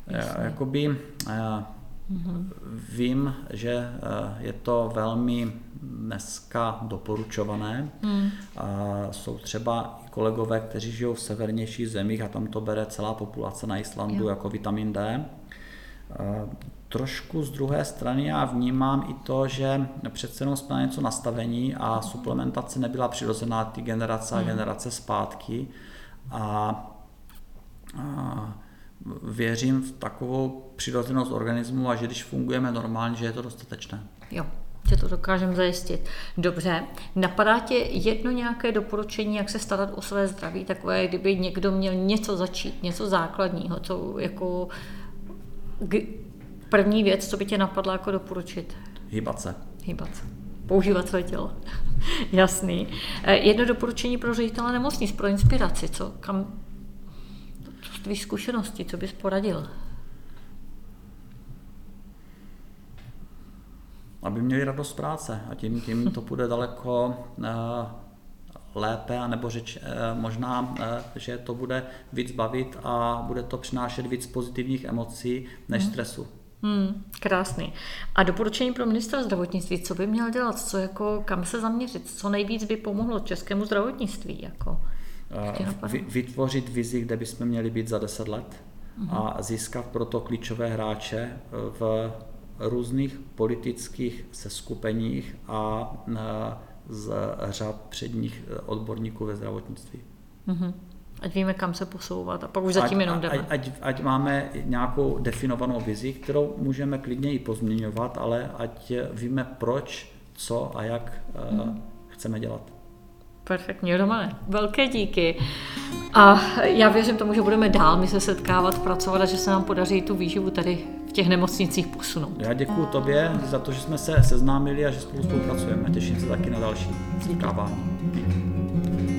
S1: Vím, že je to velmi dneska doporučované. Jsou třeba i kolegové, kteří žijou v severnějších zemích a tam to bere celá populace na Islandu jako vitamin D. Trošku z druhé strany já vnímám i to, že přece jenom jsme na něco nastavení a suplementace nebyla přirozená ty generace a generace zpátky. A věřím v takovou přirozenost organismu a že když fungujeme normálně, že je to dostatečné.
S2: Jo, že to dokážeme zajistit. Dobře, napadá tě jedno nějaké doporučení, jak se starat o své zdraví, takové, kdyby někdo měl něco začít, něco základního, co jako první věc, co by tě napadlo jako doporučit?
S1: Hýbat se.
S2: Používat své tělo. Jasný. Jedno doporučení pro ředitele nemocnic, pro inspiraci, z tvých zkušeností, co bys poradil? Aby
S1: měli radost z práce a tím to půjde daleko lépe, anebo možná, že to bude víc bavit a bude to přinášet víc pozitivních emocí než stresu.
S2: Krásný. A doporučení pro ministra zdravotnictví, co by měl dělat, kam se zaměřit, co nejvíc by pomohlo českému zdravotnictví?
S1: Vytvořit vizi, kde bychom měli být za 10 let a získat proto klíčové hráče v různých politických seskupeních a z řad předních odborníků ve zdravotnictví.
S2: Ať víme, kam se posouvat a pak už zatím jenom jdeme.
S1: Ať máme nějakou definovanou vizi, kterou můžeme klidně i pozměňovat, ale ať víme proč, co a jak chceme dělat.
S2: Perfektně, Romane. Velké díky. A já věřím tomu, že budeme dál my se setkávat, pracovat a že se nám podaří tu výživu tady v těch nemocnicích posunout.
S1: Já děkuju tobě za to, že jsme se seznámili a že spolupracujeme. Těším se taky na další setkávání.